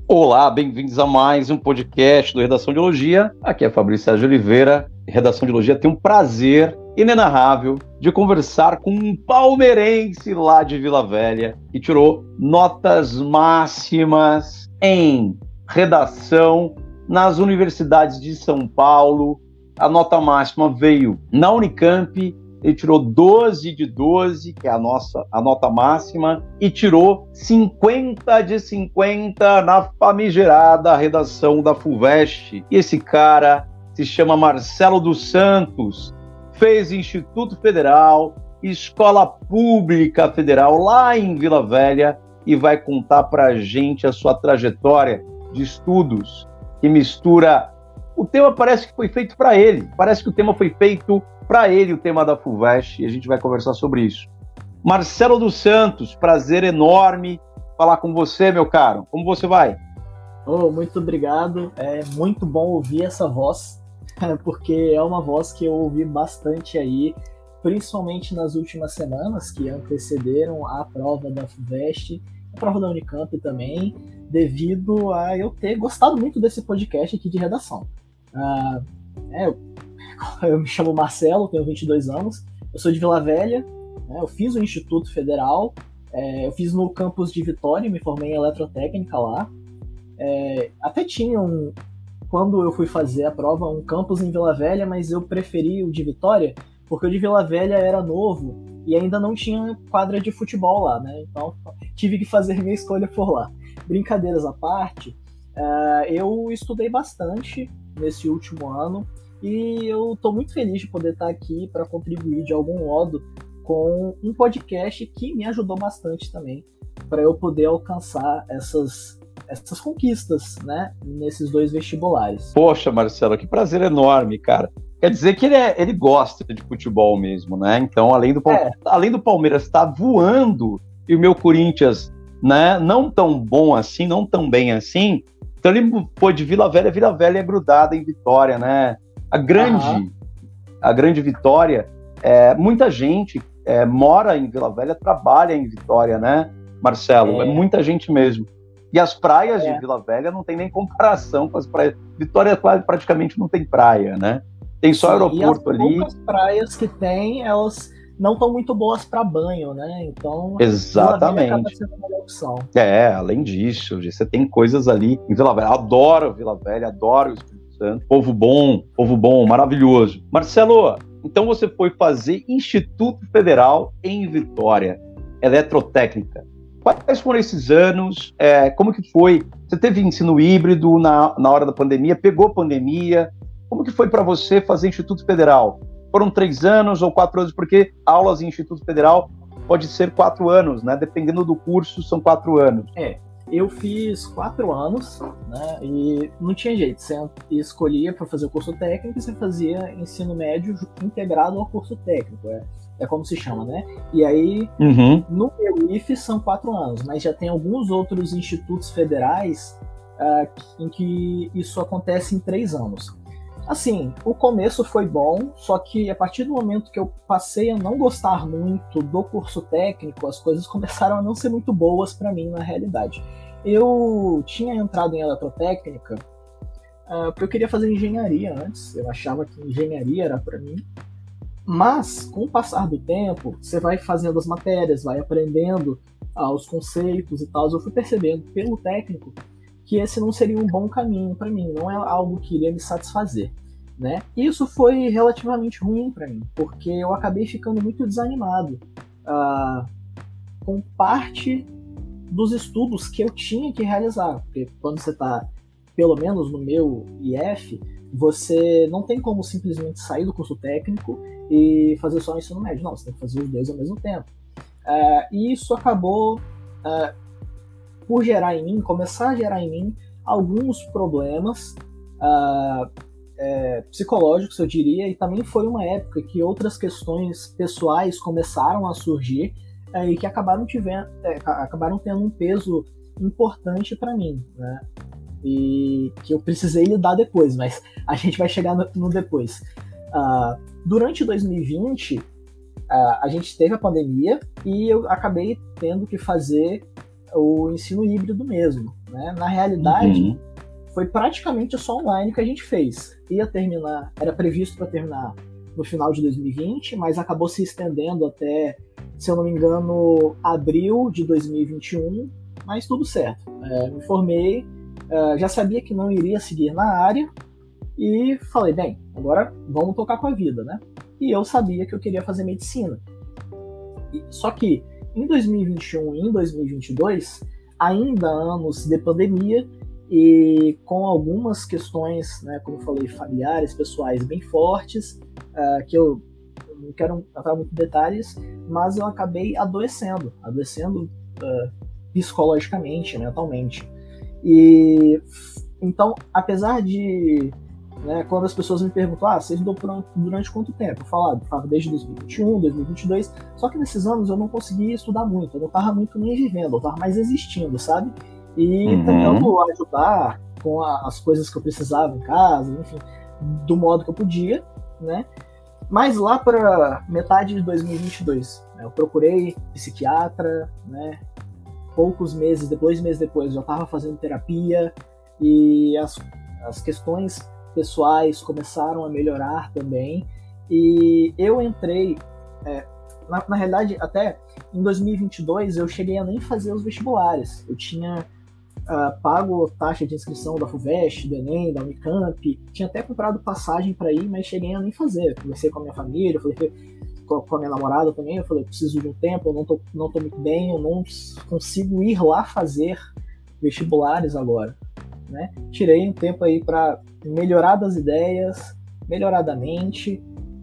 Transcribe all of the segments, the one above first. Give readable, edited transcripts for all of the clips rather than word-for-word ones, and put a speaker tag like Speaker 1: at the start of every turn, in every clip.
Speaker 1: Olá, bem-vindos a mais um podcast do Redação de Elogia. Aqui é Fabrício Sérgio Oliveira. Redação de Elogia tem um prazer inenarrável de conversar com um palmeirense lá de Vila Velha que tirou notas máximas em redação nas universidades de São Paulo. A nota máxima veio na Unicamp. Ele tirou 12 de 12, que é a nota máxima, e tirou 50 de 50 na famigerada redação da FUVEST. E esse cara se chama Marcelo dos Santos, fez Instituto Federal, Escola Pública Federal lá em Vila Velha e vai contar pra gente a sua trajetória de estudos que mistura... O tema parece que foi feito para ele, parece que o tema foi feito para ele, o tema da FUVEST, e a gente vai conversar sobre isso. Marcelo dos Santos, prazer enorme falar com você, meu caro. Como você vai?
Speaker 2: Muito obrigado, é muito bom ouvir essa voz, porque é uma voz que eu ouvi bastante aí, principalmente nas últimas semanas que antecederam a prova da FUVEST, a prova da Unicamp também, devido a eu ter gostado muito desse podcast aqui de redação. Eu me chamo Marcelo, tenho 22 anos, eu sou de Vila Velha, né, eu fiz o Instituto Federal, eu fiz no campus de Vitória, me formei em eletrotécnica lá. Até tinha quando eu fui fazer a prova, um campus em Vila Velha, mas eu preferi o de Vitória, porque o de Vila Velha era novo e ainda não tinha quadra de futebol lá, né? Então tive que fazer minha escolha por lá. Brincadeiras à parte, eu estudei bastante nesse último ano e eu estou muito feliz de poder estar aqui para contribuir de algum modo com um podcast que me ajudou bastante também para eu poder alcançar essas conquistas, né, nesses dois vestibulares.
Speaker 1: Poxa, Marcelo, que prazer enorme, cara. Quer dizer que ele gosta de futebol mesmo, né? Então, além do Palmeiras estar voando e o meu Corinthians, né, não tão bom assim, não tão bem assim, então ele foi de Vila Velha é grudada em Vitória, né? A grande Vitória, muita gente mora em Vila Velha, trabalha em Vitória, né, Marcelo? É muita gente mesmo. E as praias de Vila Velha não tem nem comparação com as praias. Vitória praticamente não tem praia, né? Tem só aeroporto ali.
Speaker 2: E as poucas praias que tem, elas não estão muito boas para banho, né? Então,
Speaker 1: exatamente.
Speaker 2: Vila Velha acaba sendo a melhor opção.
Speaker 1: Além disso, você tem coisas ali em Vila Velha. Adoro Vila Velha, adoro o Espírito Santo. Povo bom, maravilhoso. Marcelo, então você foi fazer Instituto Federal em Vitória, eletrotécnica. Quais foram esses anos? Como que foi? Você teve ensino híbrido na hora da pandemia? Pegou pandemia? Como que foi para você fazer Instituto Federal? Foram 3 anos ou 4 anos? Porque aulas em Instituto Federal pode ser 4 anos, né? Dependendo do curso, são 4 anos.
Speaker 2: Eu fiz 4 anos, né? E não tinha jeito. Você escolhia para fazer o curso técnico e você fazia ensino médio integrado ao curso técnico. É como se chama, né? E aí, no meu IF são 4 anos, mas já tem alguns outros institutos federais em que isso acontece em 3 anos. Assim, o começo foi bom, só que a partir do momento que eu passei a não gostar muito do curso técnico, as coisas começaram a não ser muito boas para mim na realidade. Eu tinha entrado em eletrotécnica porque eu queria fazer engenharia antes, eu achava que engenharia era para mim. Mas, com o passar do tempo, você vai fazendo as matérias, vai aprendendo os conceitos e tal. Eu fui percebendo pelo técnico que esse não seria um bom caminho para mim, não é algo que iria me satisfazer, né? Isso foi relativamente ruim para mim, porque eu acabei ficando muito desanimado com parte dos estudos que eu tinha que realizar. Porque quando você está, pelo menos no meu IF, você não tem como simplesmente sair do curso técnico e fazer só o ensino médio. Não, você tem que fazer os dois ao mesmo tempo. E isso acabou por começar a gerar em mim alguns problemas psicológicos, eu diria, e também foi uma época que outras questões pessoais começaram a surgir e que acabaram tendo um peso importante para mim, né? E que eu precisei lidar depois, mas a gente vai chegar no depois. Durante 2020, a gente teve a pandemia e eu acabei tendo que fazer o ensino híbrido mesmo. né? Na realidade, foi praticamente só online que a gente fez. Ia terminar, era previsto para terminar no final de 2020, mas acabou se estendendo até, se eu não me engano, abril de 2021, mas tudo certo. Me formei, já sabia que não iria seguir na área e falei, bem, agora vamos tocar com a vida, né? E eu sabia que eu queria fazer medicina. Só que em 2021 e em 2022, ainda anos de pandemia e com algumas questões, né, como eu falei, familiares, pessoais bem fortes, que eu não quero entrar muito em detalhes, mas eu acabei adoecendo psicologicamente, mentalmente. E então, apesar de, né, quando as pessoas me perguntam, você estudou durante quanto tempo? Eu falo desde 2021, 2022, só que nesses anos eu não conseguia estudar muito, eu não estava muito nem vivendo, eu estava mais existindo, sabe? E tentando ajudar com as coisas que eu precisava em casa, enfim, do modo que eu podia, né? Mas lá para metade de 2022, né, eu procurei psiquiatra, né? Poucos meses, 2 meses depois, eu já estava fazendo terapia e as questões pessoais começaram a melhorar também. E eu entrei, na realidade, até em 2022, eu cheguei a nem fazer os vestibulares. Eu tinha pago taxa de inscrição da FUVEST, do Enem, da Unicamp, tinha até comprado passagem para ir, mas cheguei a nem fazer. Conversei com a minha família, falei com a minha namorada também, eu falei, preciso de um tempo, eu não tô muito bem, eu não consigo ir lá fazer vestibulares agora, né? Tirei um tempo aí para melhorar das ideias, melhorar da mente,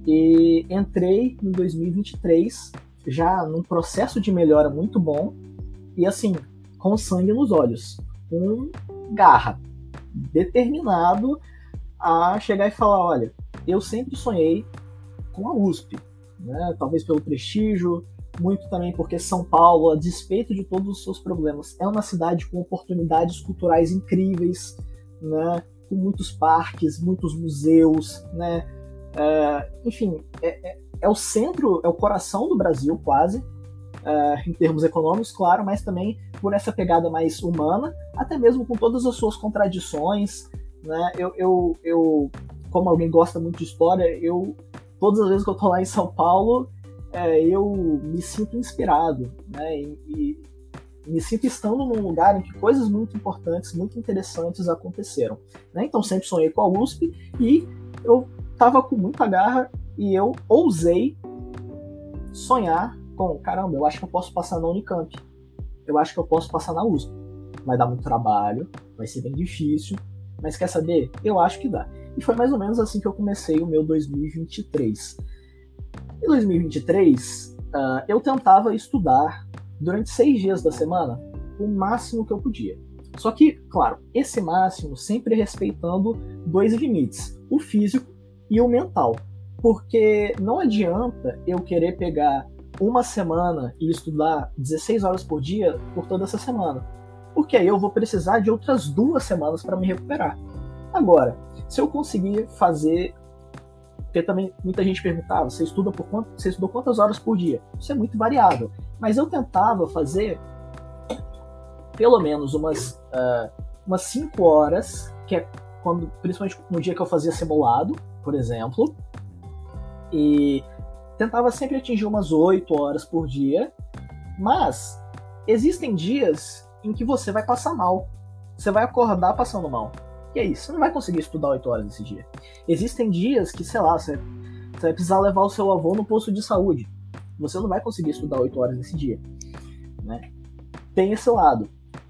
Speaker 2: e entrei em 2023 já num processo de melhora muito bom, e assim, com sangue nos olhos, com garra, determinado a chegar e falar, olha, eu sempre sonhei com a USP, né? Talvez pelo prestígio, muito também porque São Paulo, a despeito de todos os seus problemas, é uma cidade com oportunidades culturais incríveis, né? Com muitos parques, muitos museus, né? Enfim, é o centro, é o coração do Brasil quase, em termos econômicos, claro, mas também por essa pegada mais humana, até mesmo com todas as suas contradições, né? Eu como alguém gosta muito de história, todas as vezes que eu tô lá em São Paulo, eu me sinto inspirado, né? E me sinto estando num lugar em que coisas muito importantes, muito interessantes aconteceram, né? Então sempre sonhei com a USP e eu tava com muita garra e eu ousei sonhar com, caramba, eu acho que eu posso passar na Unicamp, eu acho que eu posso passar na USP. Vai dar muito trabalho, vai ser bem difícil, mas quer saber? Eu acho que dá. E foi mais ou menos assim que eu comecei o meu 2023. Em 2023, eu tentava estudar durante 6 dias da semana o máximo que eu podia. Só que, claro, esse máximo sempre respeitando 2 limites, o físico e o mental. Porque não adianta eu querer pegar uma semana e estudar 16 horas por dia por toda essa semana. Porque aí eu vou precisar de outras 2 semanas para me recuperar. Agora, se eu conseguir fazer... Porque também muita gente perguntava, você estudou quantas horas por dia? Isso é muito variável. Mas eu tentava fazer pelo menos umas 5 horas, que é quando, principalmente no dia que eu fazia simulado, por exemplo, e tentava sempre atingir umas 8 horas por dia, mas existem dias em que você vai passar mal. Você vai acordar passando mal. E é isso, você não vai conseguir estudar 8 horas nesse dia. Existem dias que, sei lá, você vai precisar levar o seu avô no posto de saúde. Você não vai conseguir estudar 8 horas nesse dia, né? Tem esse lado.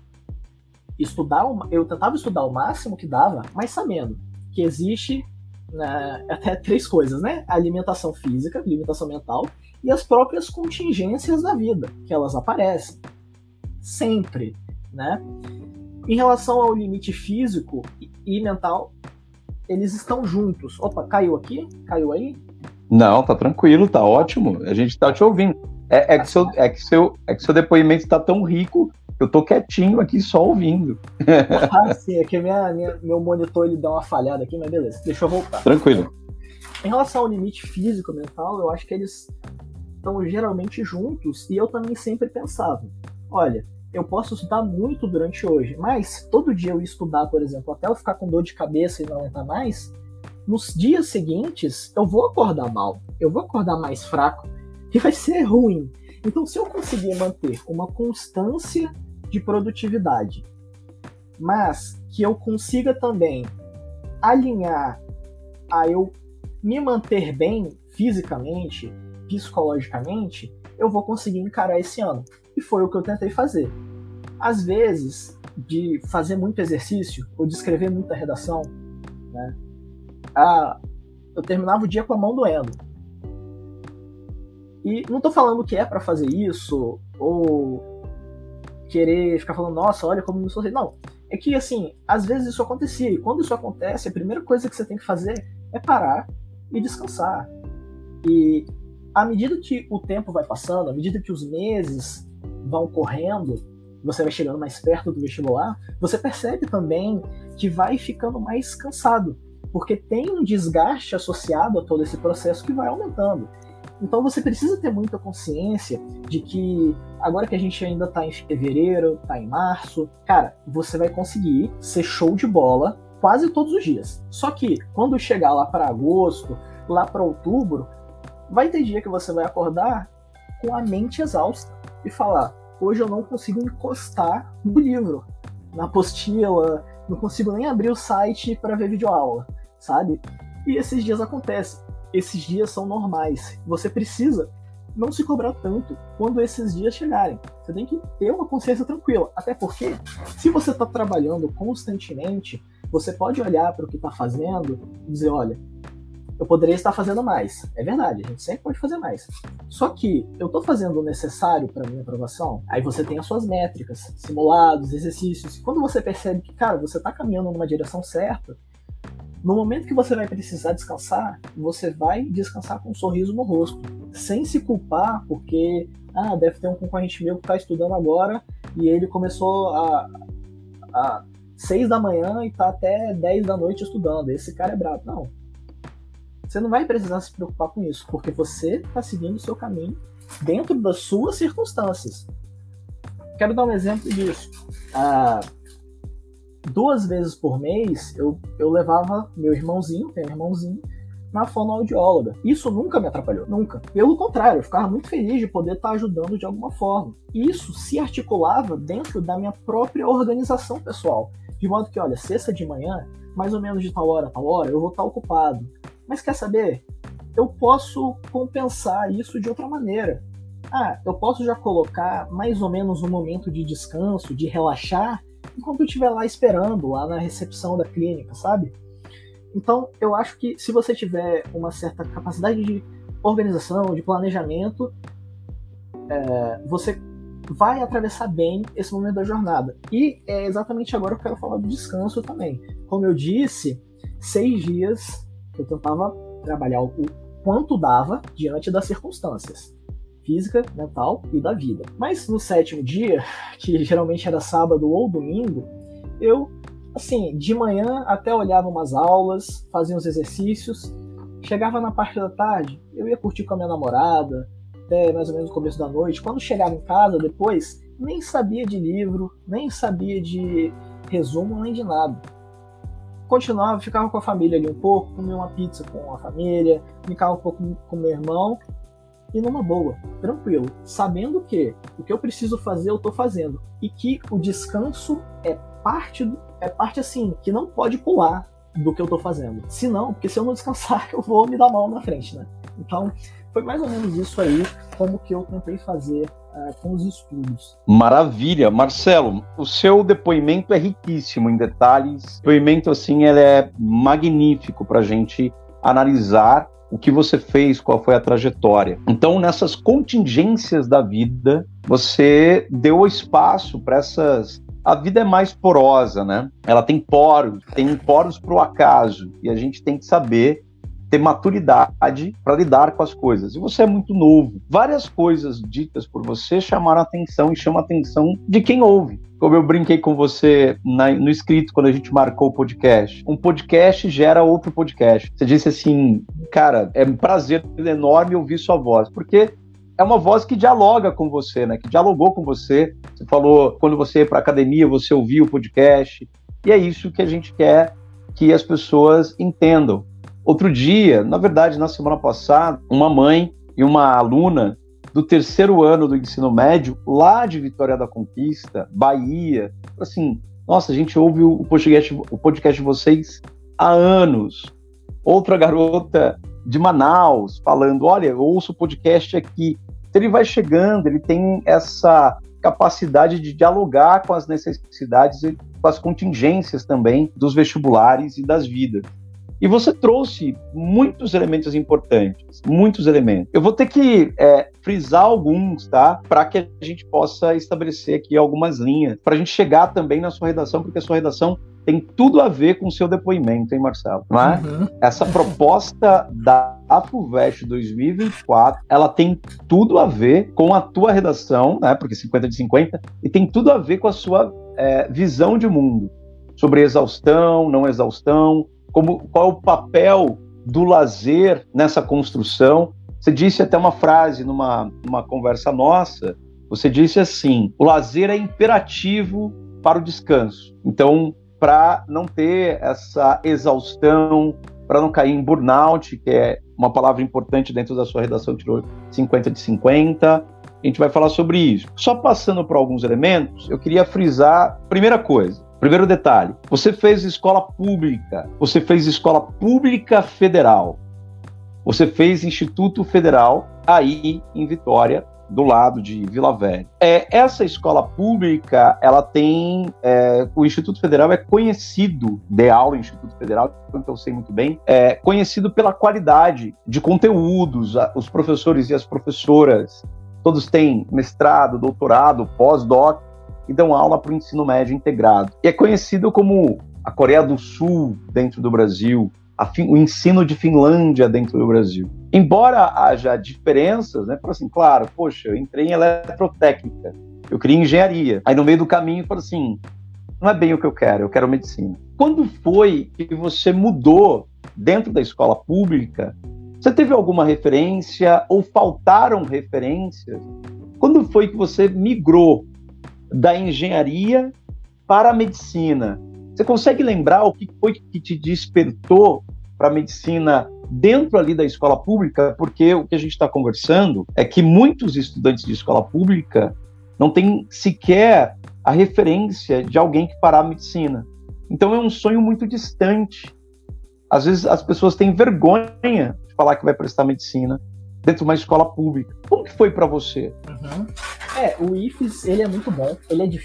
Speaker 2: Eu tentava estudar o máximo que dava, mas sabendo que existe até 3 coisas, né? A alimentação física, alimentação mental e as próprias contingências da vida, que elas aparecem sempre, né? Em relação ao limite físico e mental, eles estão juntos. Opa, caiu aqui? Caiu aí?
Speaker 1: Não, tá tranquilo, tá ótimo. A gente tá te ouvindo. Que seu depoimento está tão rico, eu tô quietinho aqui só ouvindo.
Speaker 2: Sim, é que meu monitor ele dá uma falhada aqui, mas beleza, deixa eu voltar.
Speaker 1: Tranquilo.
Speaker 2: Em relação ao limite físico e mental, eu acho que eles estão geralmente juntos, e eu também sempre pensava, olha, eu posso estudar muito durante hoje, mas todo dia eu estudar, por exemplo, até eu ficar com dor de cabeça e não aguentar mais, nos dias seguintes eu vou acordar mal, eu vou acordar mais fraco e vai ser ruim. Então, se eu conseguir manter uma constância de produtividade, mas que eu consiga também alinhar a eu me manter bem fisicamente, psicologicamente, eu vou conseguir encarar esse ano. E foi o que eu tentei fazer. Às vezes, de fazer muito exercício ou de escrever muita redação, né? Eu terminava o dia com a mão doendo. E não tô falando que é para fazer isso ou querer ficar falando, nossa, olha como eu sou. Não, é que assim, às vezes isso acontecia. E quando isso acontece, a primeira coisa que você tem que fazer é parar e descansar. E à medida que o tempo vai passando, à medida que os meses vão correndo, você vai chegando mais perto do vestibular, você percebe também que vai ficando mais cansado, porque tem um desgaste associado a todo esse processo que vai aumentando. Então você precisa ter muita consciência de que agora que a gente ainda tá em fevereiro, tá em março, cara, você vai conseguir ser show de bola quase todos os dias. Só que quando chegar lá para agosto, lá para outubro, vai ter dia que você vai acordar com a mente exausta e falar, hoje eu não consigo encostar no livro, na apostila, não consigo nem abrir o site para ver videoaula, sabe? E esses dias acontecem. Esses dias são normais. Você precisa não se cobrar tanto quando esses dias chegarem. Você tem que ter uma consciência tranquila. Até porque, se você está trabalhando constantemente, você pode olhar para o que está fazendo e dizer, olha, eu poderia estar fazendo mais. É verdade, a gente sempre pode fazer mais. Só que eu estou fazendo o necessário para minha aprovação? Aí você tem as suas métricas, simulados, exercícios. E quando você percebe que, cara, você está caminhando numa direção certa, no momento que você vai precisar descansar, você vai descansar com um sorriso no rosto, sem se culpar porque, deve ter um concorrente meu que está estudando agora e ele começou a 6 da manhã e está até 10 da noite estudando. Esse cara é brabo. Não. Você não vai precisar se preocupar com isso, porque você está seguindo o seu caminho dentro das suas circunstâncias. Quero dar um exemplo disso. 2 vezes por mês eu levava meu irmãozinho, tenho um irmãozinho, na fonoaudióloga. Isso nunca me atrapalhou, nunca. Pelo contrário, eu ficava muito feliz de poder estar ajudando de alguma forma. Isso se articulava dentro da minha própria organização pessoal. De modo que, olha, sexta de manhã, mais ou menos de tal hora a tal hora, eu vou estar ocupado. Mas quer saber? Eu posso compensar isso de outra maneira. Eu posso já colocar mais ou menos um momento de descanso, de relaxar, enquanto eu estiver lá esperando, lá na recepção da clínica, sabe? Então, eu acho que se você tiver uma certa capacidade de organização, de planejamento, você vai atravessar bem esse momento da jornada. E é exatamente agora que eu quero falar do descanso também. Como eu disse, 6 dias eu tentava trabalhar o quanto dava diante das circunstâncias física, mental e da vida. Mas no 7º dia, que geralmente era sábado ou domingo, eu, assim, de manhã até olhava umas aulas, fazia uns exercícios, chegava na parte da tarde, eu ia curtir com a minha namorada, até mais ou menos no começo da noite. Quando chegava em casa depois, nem sabia de livro, nem sabia de resumo, nem de nada. Continuava, ficava com a família ali um pouco, comia uma pizza com a família, ficava um pouco com meu irmão, e numa boa, tranquilo, sabendo que o que eu preciso fazer eu tô fazendo, e que o descanso é parte assim, que não pode pular do que eu tô fazendo. Se não, porque se eu não descansar, eu vou me dar mal na frente, né? Então, foi mais ou menos isso aí, como que eu tentei fazer com os estudos.
Speaker 1: Maravilha. Marcelo, o seu depoimento é riquíssimo em detalhes. O depoimento, assim, ele é magnífico pra gente analisar o que você fez, qual foi a trajetória. Então, nessas contingências da vida, você deu espaço para essas... A vida é mais porosa, né? Ela tem poros para o acaso, e a gente tem que saber ter maturidade para lidar com as coisas. E você é muito novo. Várias coisas ditas por você chamaram a atenção e chamam a atenção de quem ouve. Como eu brinquei com você no escrito quando a gente marcou o podcast. Um podcast gera outro podcast. Você disse assim, cara, é um prazer enorme ouvir sua voz. Porque é uma voz que dialoga com você, né? Que dialogou com você. Você falou, quando você ia para a academia, você ouvia o podcast. E é isso que a gente quer que as pessoas entendam. Outro dia, na verdade, na semana passada, uma mãe e uma aluna do 3º ano do ensino médio, lá de Vitória da Conquista, Bahia, assim, nossa, a gente ouve o podcast de vocês há anos. Outra garota de Manaus falando, olha, eu ouço o podcast aqui. Ele vai chegando, ele tem essa capacidade de dialogar com as necessidades e com as contingências também dos vestibulares e das vidas. E você trouxe muitos elementos importantes, muitos elementos. Eu vou ter que frisar alguns, tá? Para que a gente possa estabelecer aqui algumas linhas, para a gente chegar também na sua redação, porque a sua redação tem tudo a ver com o seu depoimento, hein, Marcelo? Não é? Uhum. Essa proposta da FUVEST 2024, ela tem tudo a ver com a tua redação, né? Porque 50 de 50, e tem tudo a ver com a sua visão de mundo, sobre exaustão, não exaustão, qual é o papel do lazer nessa construção. Você disse até uma frase numa conversa nossa, você disse assim, o lazer é imperativo para o descanso. Então, para não ter essa exaustão, para não cair em burnout, que é uma palavra importante dentro da sua redação, tirou 50 de 50, a gente vai falar sobre isso. Só passando por alguns elementos, eu queria frisar, primeira coisa, primeiro detalhe, você fez escola pública federal, você fez Instituto Federal aí em Vitória, do lado de Vila Velha. Essa escola pública, ela tem, o Instituto Federal é conhecido, de aula em Instituto Federal, então eu sei muito bem, conhecido pela qualidade de conteúdos, os professores e as professoras, todos têm mestrado, doutorado, pós-doc, e dão aula para o ensino médio integrado. E é conhecido como a Coreia do Sul dentro do Brasil, o ensino de Finlândia dentro do Brasil. Embora haja diferenças, né? Assim, claro, poxa, eu entrei em eletrotécnica, eu queria engenharia. Aí no meio do caminho eu falei assim, não é bem o que eu quero medicina. Quando foi que você mudou dentro da escola pública? Você teve alguma referência ou faltaram referências? Quando foi que você migrou da engenharia para a medicina? Você consegue lembrar o que foi que te despertou para a medicina dentro ali da escola pública? Porque o que a gente está conversando é que muitos estudantes de escola pública não têm sequer a referência de alguém que fará a medicina. Então é um sonho muito distante. Às vezes as pessoas têm vergonha de falar que vai prestar medicina dentro de uma escola pública. Como que foi para você?
Speaker 2: Uhum. O IFES, ele é muito bom,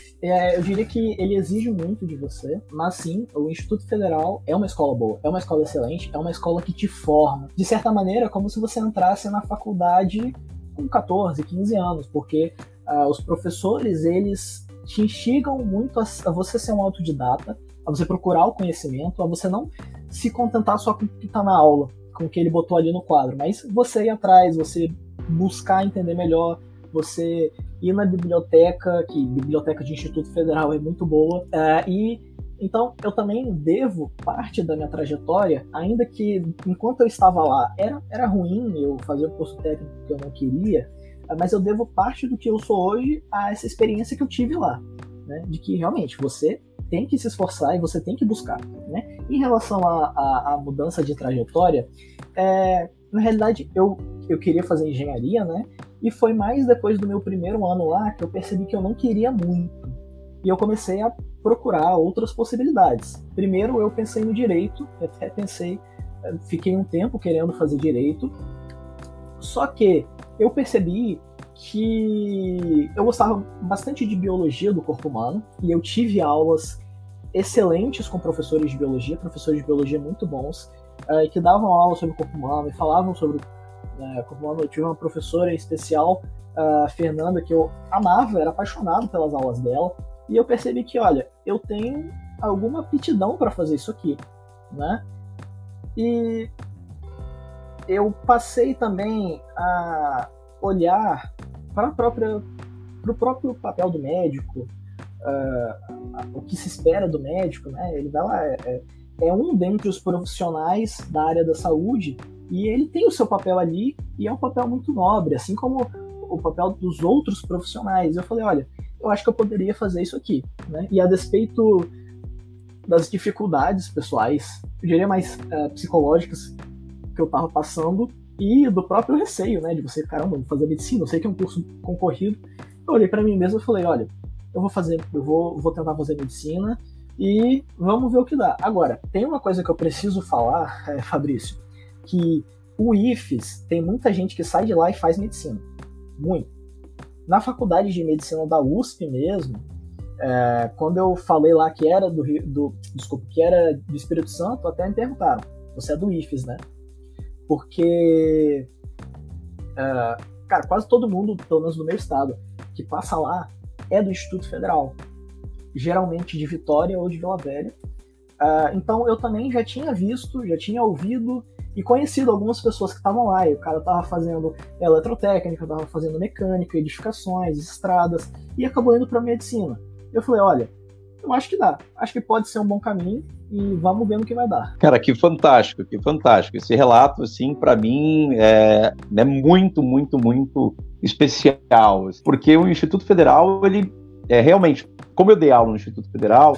Speaker 2: eu diria que ele exige muito de você, mas sim, o Instituto Federal é uma escola boa, é uma escola excelente, é uma escola que te forma, de certa maneira, como se você entrasse na faculdade com 14, 15 anos, porque os professores, eles te instigam muito a você ser um autodidata, a você procurar o conhecimento, a você não se contentar só com o que está na aula, com o que ele botou ali no quadro, mas você ir atrás, você buscar entender melhor, você ir na biblioteca, que biblioteca de Instituto Federal é muito boa, e então eu também devo parte da minha trajetória, ainda que enquanto eu estava lá era ruim eu fazer o curso técnico que eu não queria, mas eu devo parte do que eu sou hoje a essa experiência que eu tive lá, né? De que realmente você tem que se esforçar e você tem que buscar, né? Em relação à mudança de trajetória, na realidade eu queria fazer engenharia, né? E foi mais depois do meu primeiro ano lá que eu percebi que eu não queria muito. E eu comecei a procurar outras possibilidades. Primeiro eu pensei no direito, fiquei um tempo querendo fazer direito, só que eu percebi que eu gostava bastante de biologia do corpo humano, e eu tive aulas excelentes com professores de biologia muito bons, que davam aula sobre o corpo humano e falavam sobre corpo humano. Eu tive uma professora em especial, a Fernanda, que eu amava, era apaixonado pelas aulas dela, e eu percebi que, olha, eu tenho alguma aptidão para fazer isso aqui, né? E eu passei também a olhar para o próprio papel do médico, o que se espera do médico, né? Ele vai lá, é um dentre os profissionais da área da saúde, e ele tem o seu papel ali, e é um papel muito nobre, assim como o papel dos outros profissionais. Eu falei, olha, eu acho que eu poderia fazer isso aqui, né? E a despeito das dificuldades pessoais, eu diria mais psicológicas que eu tava passando, e do próprio receio, né, de você, caramba, vou fazer medicina, eu sei que é um curso concorrido. Eu olhei para mim mesmo e falei, olha, eu vou tentar fazer medicina e vamos ver o que dá. Agora, tem uma coisa que eu preciso falar, Fabrício, que o IFES, tem muita gente que sai de lá e faz medicina. Muito. Na faculdade de medicina da USP mesmo, quando eu falei lá que era que era do Espírito Santo, até me perguntaram, você é do IFES, né? Porque, cara, quase todo mundo, pelo menos no meu estado, que passa lá é do Instituto Federal. Geralmente de Vitória ou de Vila Velha. Então eu também já tinha visto, já tinha ouvido e conhecido algumas pessoas que estavam lá. E o cara estava fazendo eletrotécnica, estava fazendo mecânica, edificações, estradas, e acabou indo para medicina. Eu falei, olha, eu acho que dá. Acho que pode ser um bom caminho e vamos ver no que vai dar.
Speaker 1: Cara, que fantástico, que fantástico. Esse relato, assim, para mim é muito, muito, muito especial. Porque o Instituto Federal, ele realmente, como eu dei aula no Instituto Federal,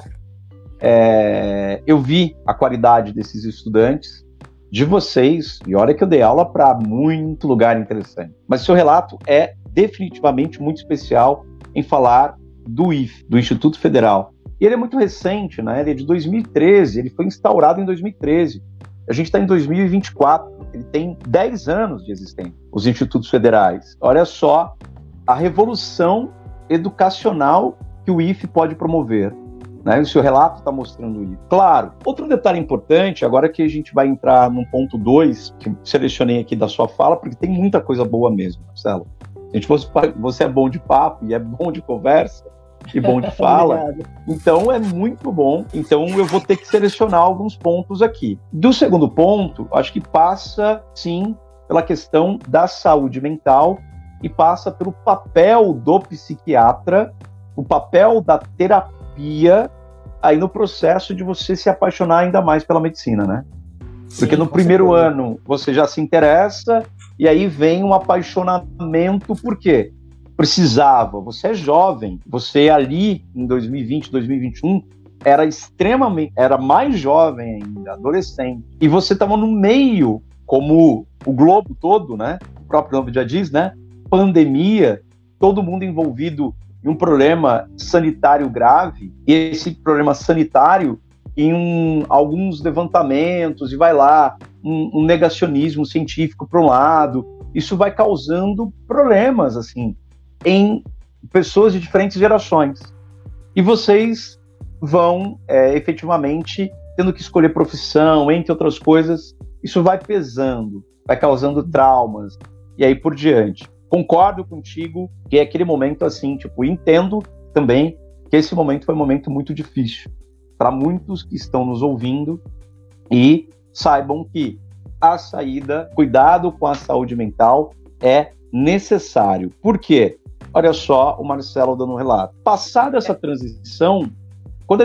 Speaker 1: eu vi a qualidade desses estudantes, de vocês, e olha que eu dei aula para muito lugar interessante. Mas seu relato é definitivamente muito especial em falar do IFE, do Instituto Federal. E ele é muito recente, né? Ele é de 2013, ele foi instaurado em 2013. A gente está em 2024, ele tem 10 anos de existência, os institutos federais. Olha só a revolução educacional que o IFE pode promover. Né? O seu relato está mostrando isso. Claro, outro detalhe importante, agora que a gente vai entrar no ponto 2, que selecionei aqui da sua fala, porque tem muita coisa boa mesmo, Marcelo. Você é bom de papo e é bom de conversa e bom de fala, então é muito bom. Então eu vou ter que selecionar alguns pontos aqui. Do segundo ponto, acho que passa, sim, pela questão da saúde mental e passa pelo papel do psiquiatra, o papel da terapia aí no processo de você se apaixonar ainda mais pela medicina, né? Porque no primeiro ano você já se interessa e aí vem um apaixonamento, por quê? Precisava, você é jovem, você ali em 2020, 2021 era mais jovem ainda, adolescente, e você estava no meio, como o globo todo, né? O próprio nome já diz, né? Pandemia, todo mundo envolvido em um problema sanitário grave, e esse problema sanitário em alguns levantamentos, e vai lá, um negacionismo científico para um lado, isso vai causando problemas, assim, em pessoas de diferentes gerações. E vocês vão, efetivamente, tendo que escolher profissão, entre outras coisas, isso vai pesando, vai causando traumas, e aí por diante. Concordo contigo que é aquele momento assim, tipo, entendo também que esse momento foi um momento muito difícil para muitos que estão nos ouvindo, e saibam que a saída, cuidado com a saúde mental é necessário. Por quê? Olha só o Marcelo dando um relato. Passada essa transição, quando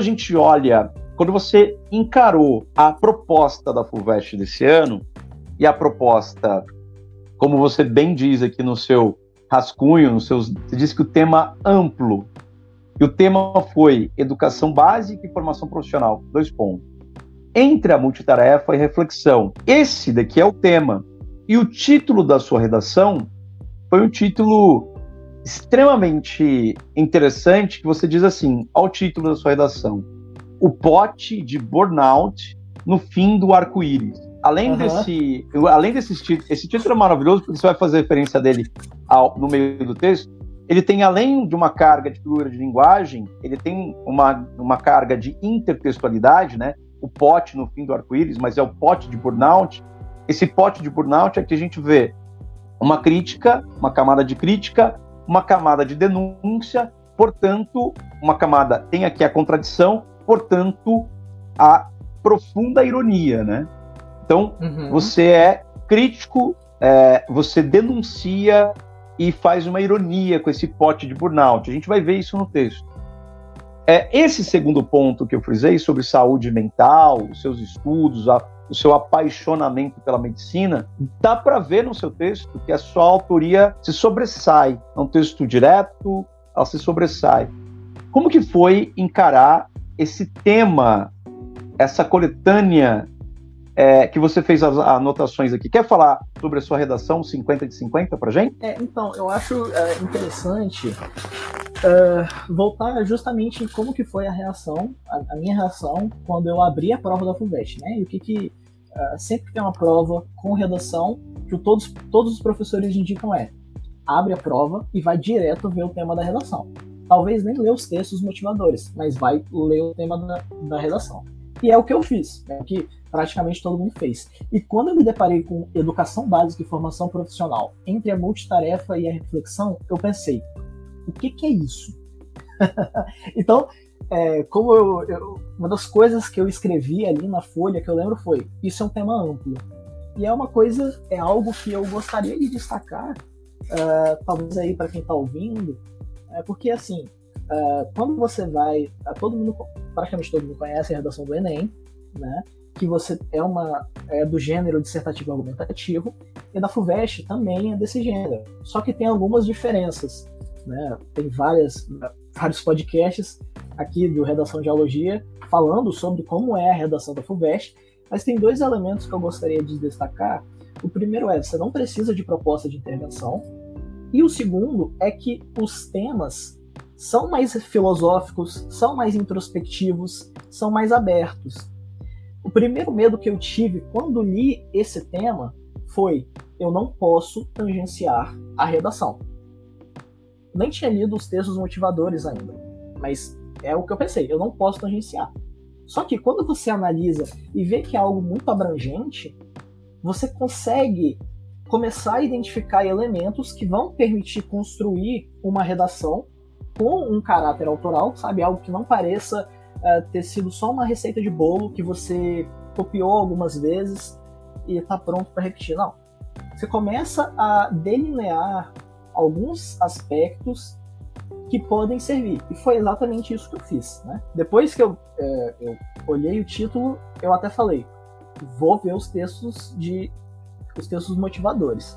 Speaker 1: você encarou a proposta da FUVEST desse ano, e a proposta, como você bem diz aqui no seu rascunho, você diz que o tema amplo, e o tema foi educação básica e formação profissional, 2 pontos. Entre a multitarefa e reflexão. Esse daqui é o tema. E o título da sua redação foi um título extremamente interessante, que você diz assim, ao título da sua redação: o pote de burnout no fim do arco-íris. Além desse título, esse título é maravilhoso, porque você vai fazer referência dele no meio do texto. Ele tem, além de uma carga de figura de linguagem, ele tem uma carga de intertextualidade, né? O pote no fim do arco-íris, mas é o pote de burnout. Esse pote de burnout é que a gente vê uma crítica, uma camada de crítica, uma camada de denúncia, portanto, tem aqui a contradição, portanto, a profunda ironia, né? Então, você é crítico, você denuncia e faz uma ironia com esse pote de burnout. A gente vai ver isso no texto. Esse segundo ponto que eu frisei sobre saúde mental, os seus estudos, o seu apaixonamento pela medicina, dá para ver no seu texto que a sua autoria se sobressai. É um texto direto, ela se sobressai. Como que foi encarar esse tema, essa coletânea que você fez as anotações aqui? Quer falar sobre a sua redação 50 de 50 para a gente?
Speaker 2: Então, eu acho interessante voltar justamente em como que foi a reação, a minha reação, quando eu abri a prova da FUVEST, né? E o que sempre tem uma prova com redação, que todos os professores indicam abre a prova e vai direto ver o tema da redação. Talvez nem ler os textos motivadores, mas vai ler o tema da redação. E é o que eu fiz, né? Que praticamente todo mundo fez. E quando eu me deparei com educação básica e formação profissional, entre a multitarefa e a reflexão, eu pensei, o que é isso? Então, como uma das coisas que eu escrevi ali na folha que eu lembro foi, isso é um tema amplo. E é algo que eu gostaria de destacar, talvez aí para quem está ouvindo, porque assim, quando você vai, praticamente todo mundo conhece a redação do Enem, né? Que você é do gênero dissertativo argumentativo, e da FUVEST também é desse gênero. Só que tem algumas diferenças, né? Tem vários podcasts aqui do Redação de Geologia falando sobre como é a redação da FUVEST, mas tem 2 elementos que eu gostaria de destacar. O primeiro você não precisa de proposta de intervenção, e o segundo é que os temas são mais filosóficos, são mais introspectivos, são mais abertos. O primeiro medo que eu tive quando li esse tema foi: eu não posso tangenciar a redação. Nem tinha lido os textos motivadores ainda, mas é o que eu pensei, eu não posso tangenciar. Só que quando você analisa e vê que é algo muito abrangente, você consegue começar a identificar elementos que vão permitir construir uma redação com um caráter autoral, sabe? Algo que não pareça ter sido só uma receita de bolo que você copiou algumas vezes e está pronto para repetir. Não. Você começa a delinear alguns aspectos que podem servir. E foi exatamente isso que eu fiz, né? Depois que eu olhei o título, eu até falei, vou ver os textos motivadores.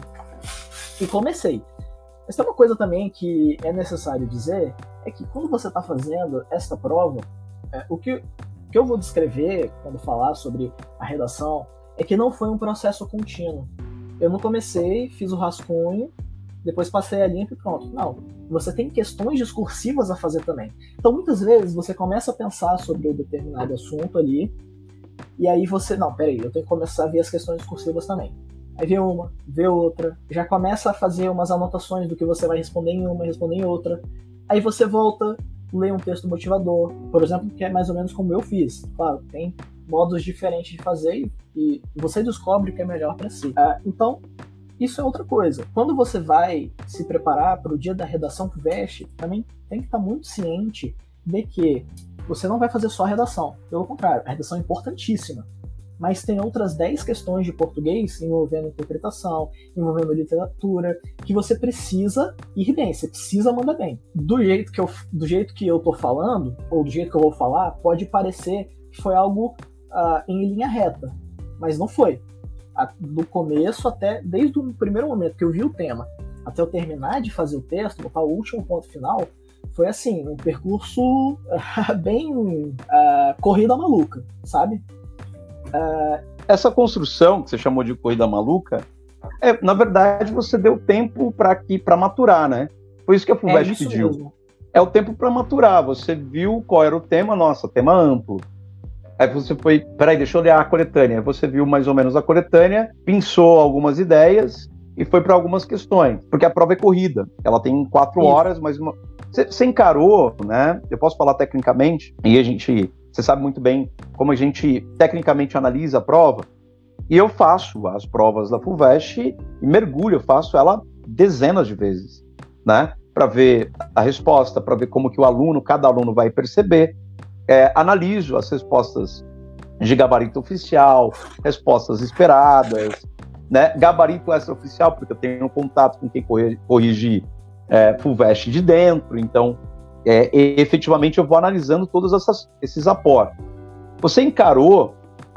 Speaker 2: E comecei. Mas tem uma coisa também que é necessário dizer, é que quando você está fazendo esta prova, o que eu vou descrever quando falar sobre a redação é que não foi um processo contínuo. Eu não comecei, fiz o rascunho, depois passei a limpo e pronto. Não, você tem questões discursivas a fazer também. Então, muitas vezes, você começa a pensar sobre um determinado assunto ali, e aí você, não, peraí, eu tenho que começar a ver as questões discursivas também. Aí vê uma, vê outra, já começa a fazer umas anotações do que você vai responder em uma, responder em outra. Aí você volta, lê um texto motivador, por exemplo, que é mais ou menos como eu fiz. Claro, tem modos diferentes de fazer e você descobre o que é melhor para si. Então, isso é outra coisa. Quando você vai se preparar para o dia da redação FUVEST, também tem que estar muito ciente de que você não vai fazer só a redação. Pelo contrário, a redação é importantíssima. Mas tem outras 10 questões de português envolvendo interpretação, envolvendo literatura, que você precisa ir bem, você precisa mandar bem. Do jeito que eu tô falando, ou do jeito que eu vou falar, pode parecer que foi algo em linha reta, mas não foi. Do começo até, desde o primeiro momento que eu vi o tema, até eu terminar de fazer o texto, botar o último ponto final, foi assim, um percurso bem corrida maluca, sabe?
Speaker 1: Essa construção que você chamou de corrida maluca, na verdade você deu tempo para maturar, né? Foi isso que a FUVEST pediu. Mesmo. É o tempo para maturar. Você viu qual era o tema, nossa, tema amplo. Aí você foi, peraí, deixa eu ler a coletânea. Você viu mais ou menos a coletânea, pensou algumas ideias e foi para algumas questões. Porque a prova é corrida. Ela tem 4 horas, mas você encarou, né? Eu posso falar tecnicamente, e você sabe muito bem como a gente tecnicamente analisa a prova. E eu faço as provas da FUVEST e mergulho, eu faço ela dezenas de vezes, né? Para ver a resposta, para ver como que cada aluno vai perceber. Analiso as respostas de gabarito oficial, respostas esperadas, né? Gabarito extraoficial, porque eu tenho contato com quem corrige FUVEST de dentro, então efetivamente eu vou analisando todos esses aportes. Você encarou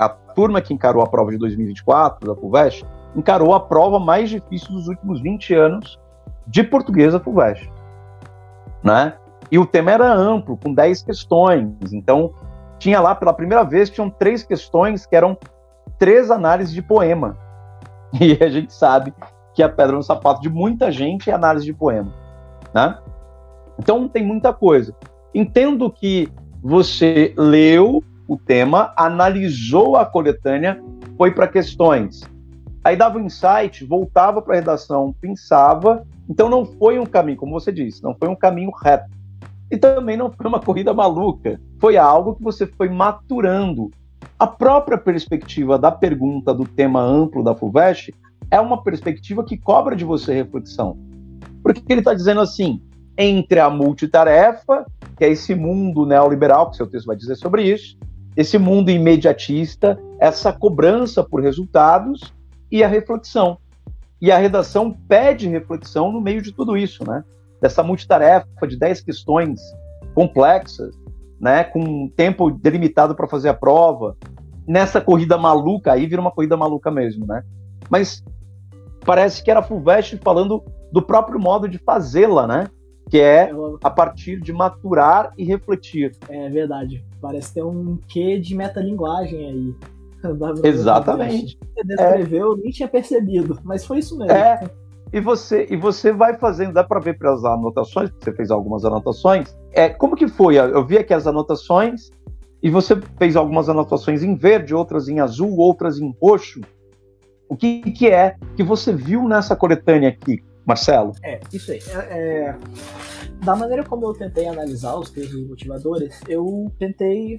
Speaker 1: a turma que encarou a prova de 2024 da FUVEST encarou a prova mais difícil dos últimos 20 anos de português da FUVEST, né? E o tema era amplo, com 10 questões. Então, tinha lá, pela primeira vez, tinham 3 questões que eram 3 análises de poema. E a gente sabe que a pedra no sapato de muita gente é análise de poema, né? Então, tem muita coisa. Entendo que você leu o tema, analisou a coletânea, foi para questões. Aí dava um insight, voltava para a redação, pensava. Então não foi um caminho, como você disse, não foi um caminho reto. E também não foi uma corrida maluca. Foi algo que você foi maturando. A própria perspectiva da pergunta do tema amplo da FUVEST é uma perspectiva que cobra de você reflexão. Porque ele está dizendo assim, entre a multitarefa, que é esse mundo neoliberal, que seu texto vai dizer sobre isso, esse mundo imediatista, essa cobrança por resultados e a reflexão. E a redação pede reflexão no meio de tudo isso, né? Dessa multitarefa de 10 questões complexas, né? Com um tempo delimitado para fazer a prova. Nessa corrida maluca, aí vira uma corrida maluca mesmo, né? Mas parece que era a FUVEST falando do próprio modo de fazê-la, né? Que é a partir de maturar e refletir.
Speaker 2: É verdade. Parece ter um quê de metalinguagem aí.
Speaker 1: Exatamente.
Speaker 2: Você descreveu, eu nem tinha percebido, mas foi isso mesmo.
Speaker 1: E você vai fazendo, dá para ver pelas anotações, porque você fez algumas anotações. Como que foi? Eu vi aqui as anotações, e você fez algumas anotações em verde, outras em azul, outras em roxo. O que é que você viu nessa coletânea aqui, Marcelo?
Speaker 2: Isso aí. Da maneira como eu tentei analisar os textos motivadores, eu tentei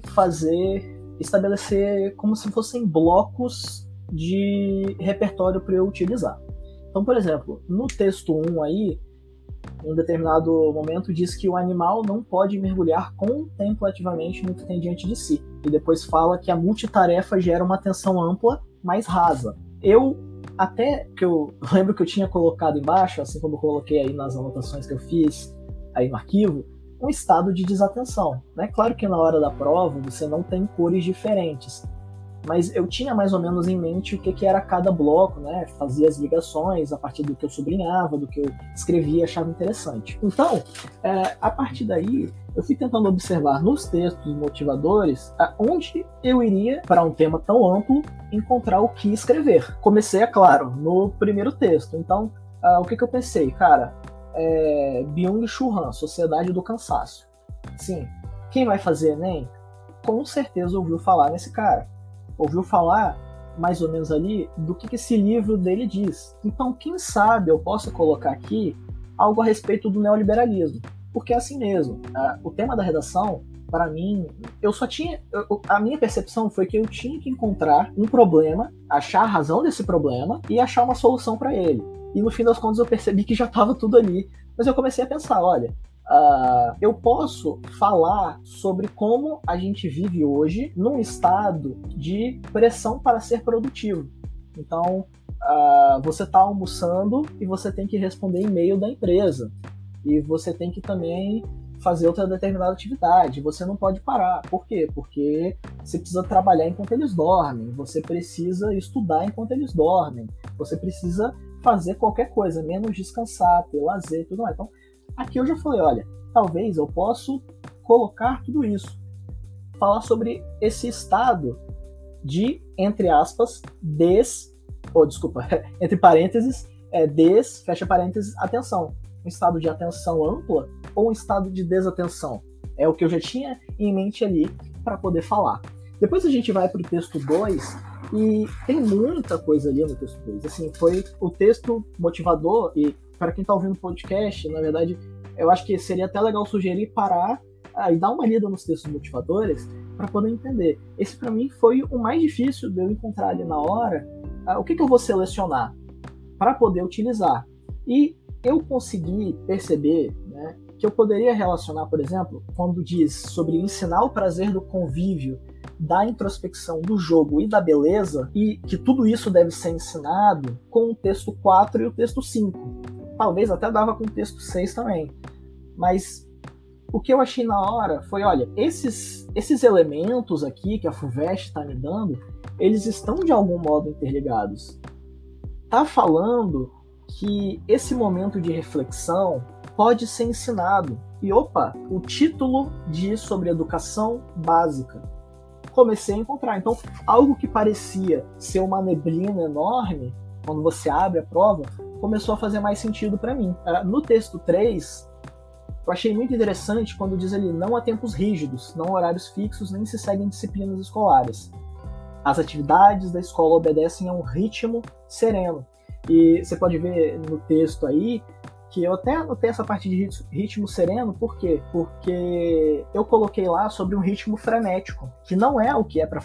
Speaker 2: estabelecer como se fossem blocos de repertório para eu utilizar. Então, por exemplo, no texto 1 aí, em um determinado momento diz que o animal não pode mergulhar contemplativamente no que tem diante de si. E depois fala que a multitarefa gera uma atenção ampla, mais rasa. Eu lembro que eu tinha colocado embaixo, assim como eu coloquei aí nas anotações que eu fiz aí no arquivo, um estado de desatenção, né? Claro que na hora da prova você não tem cores diferentes, mas eu tinha mais ou menos em mente o que era cada bloco, né? Fazia as ligações a partir do que eu sublinhava, do que eu escrevia e achava interessante. Então, a partir daí, eu fui tentando observar nos textos motivadores onde eu iria, para um tema tão amplo, encontrar o que escrever. Comecei, é claro, no primeiro texto. Então, o que eu pensei? Cara, Byung-Chul Han, Sociedade do Cansaço. Sim, quem vai fazer Enem, com certeza ouviu falar nesse cara. Ouviu falar, mais ou menos ali, do que esse livro dele diz. Então, quem sabe eu posso colocar aqui algo a respeito do neoliberalismo. Porque é assim mesmo. O tema da redação, para mim, a minha percepção foi que eu tinha que encontrar um problema, achar a razão desse problema e achar uma solução para ele. E no fim das contas eu percebi que já estava tudo ali. Mas eu comecei a pensar, olha, eu posso falar sobre como a gente vive hoje num estado de pressão para ser produtivo. Então, você está almoçando e você tem que responder e-mail da empresa. E você tem que também fazer outra determinada atividade. Você não pode parar. Por quê? Porque você precisa trabalhar enquanto eles dormem. Você precisa estudar enquanto eles dormem. Você precisa fazer qualquer coisa, menos descansar, ter lazer e tudo mais. Então, aqui eu já falei, olha, talvez eu possa colocar tudo isso. Falar sobre esse estado de, entre aspas, entre parênteses, fecha parênteses, atenção. Um estado de atenção ampla ou um estado de desatenção. É o que eu já tinha em mente ali para poder falar. Depois a gente vai para o texto 2 e tem muita coisa ali no texto 2. Assim, foi o texto motivador e para quem está ouvindo o podcast, na verdade, eu acho que seria até legal sugerir parar e dar uma lida nos textos motivadores para poder entender. Esse para mim foi o mais difícil de eu encontrar ali na hora o que eu vou selecionar para poder utilizar. E eu consegui perceber, né, que eu poderia relacionar, por exemplo, quando diz sobre ensinar o prazer do convívio, da introspecção, do jogo e da beleza, e que tudo isso deve ser ensinado com o texto 4 e o texto 5. Talvez até dava com o texto 6 também. Mas o que eu achei na hora foi, olha, esses elementos aqui que a FUVEST está me dando, eles estão de algum modo interligados. Tá falando que esse momento de reflexão pode ser ensinado. E opa, o título diz sobre educação básica. Comecei a encontrar. Então, algo que parecia ser uma neblina enorme, quando você abre a prova, começou a fazer mais sentido para mim. No texto 3, eu achei muito interessante quando diz ali: não há tempos rígidos, não há horários fixos, nem se seguem disciplinas escolares. As atividades da escola obedecem a um ritmo sereno. E você pode ver no texto aí que eu até anotei essa parte de ritmo sereno. Por quê? Porque eu coloquei lá sobre um ritmo frenético, que não é o que é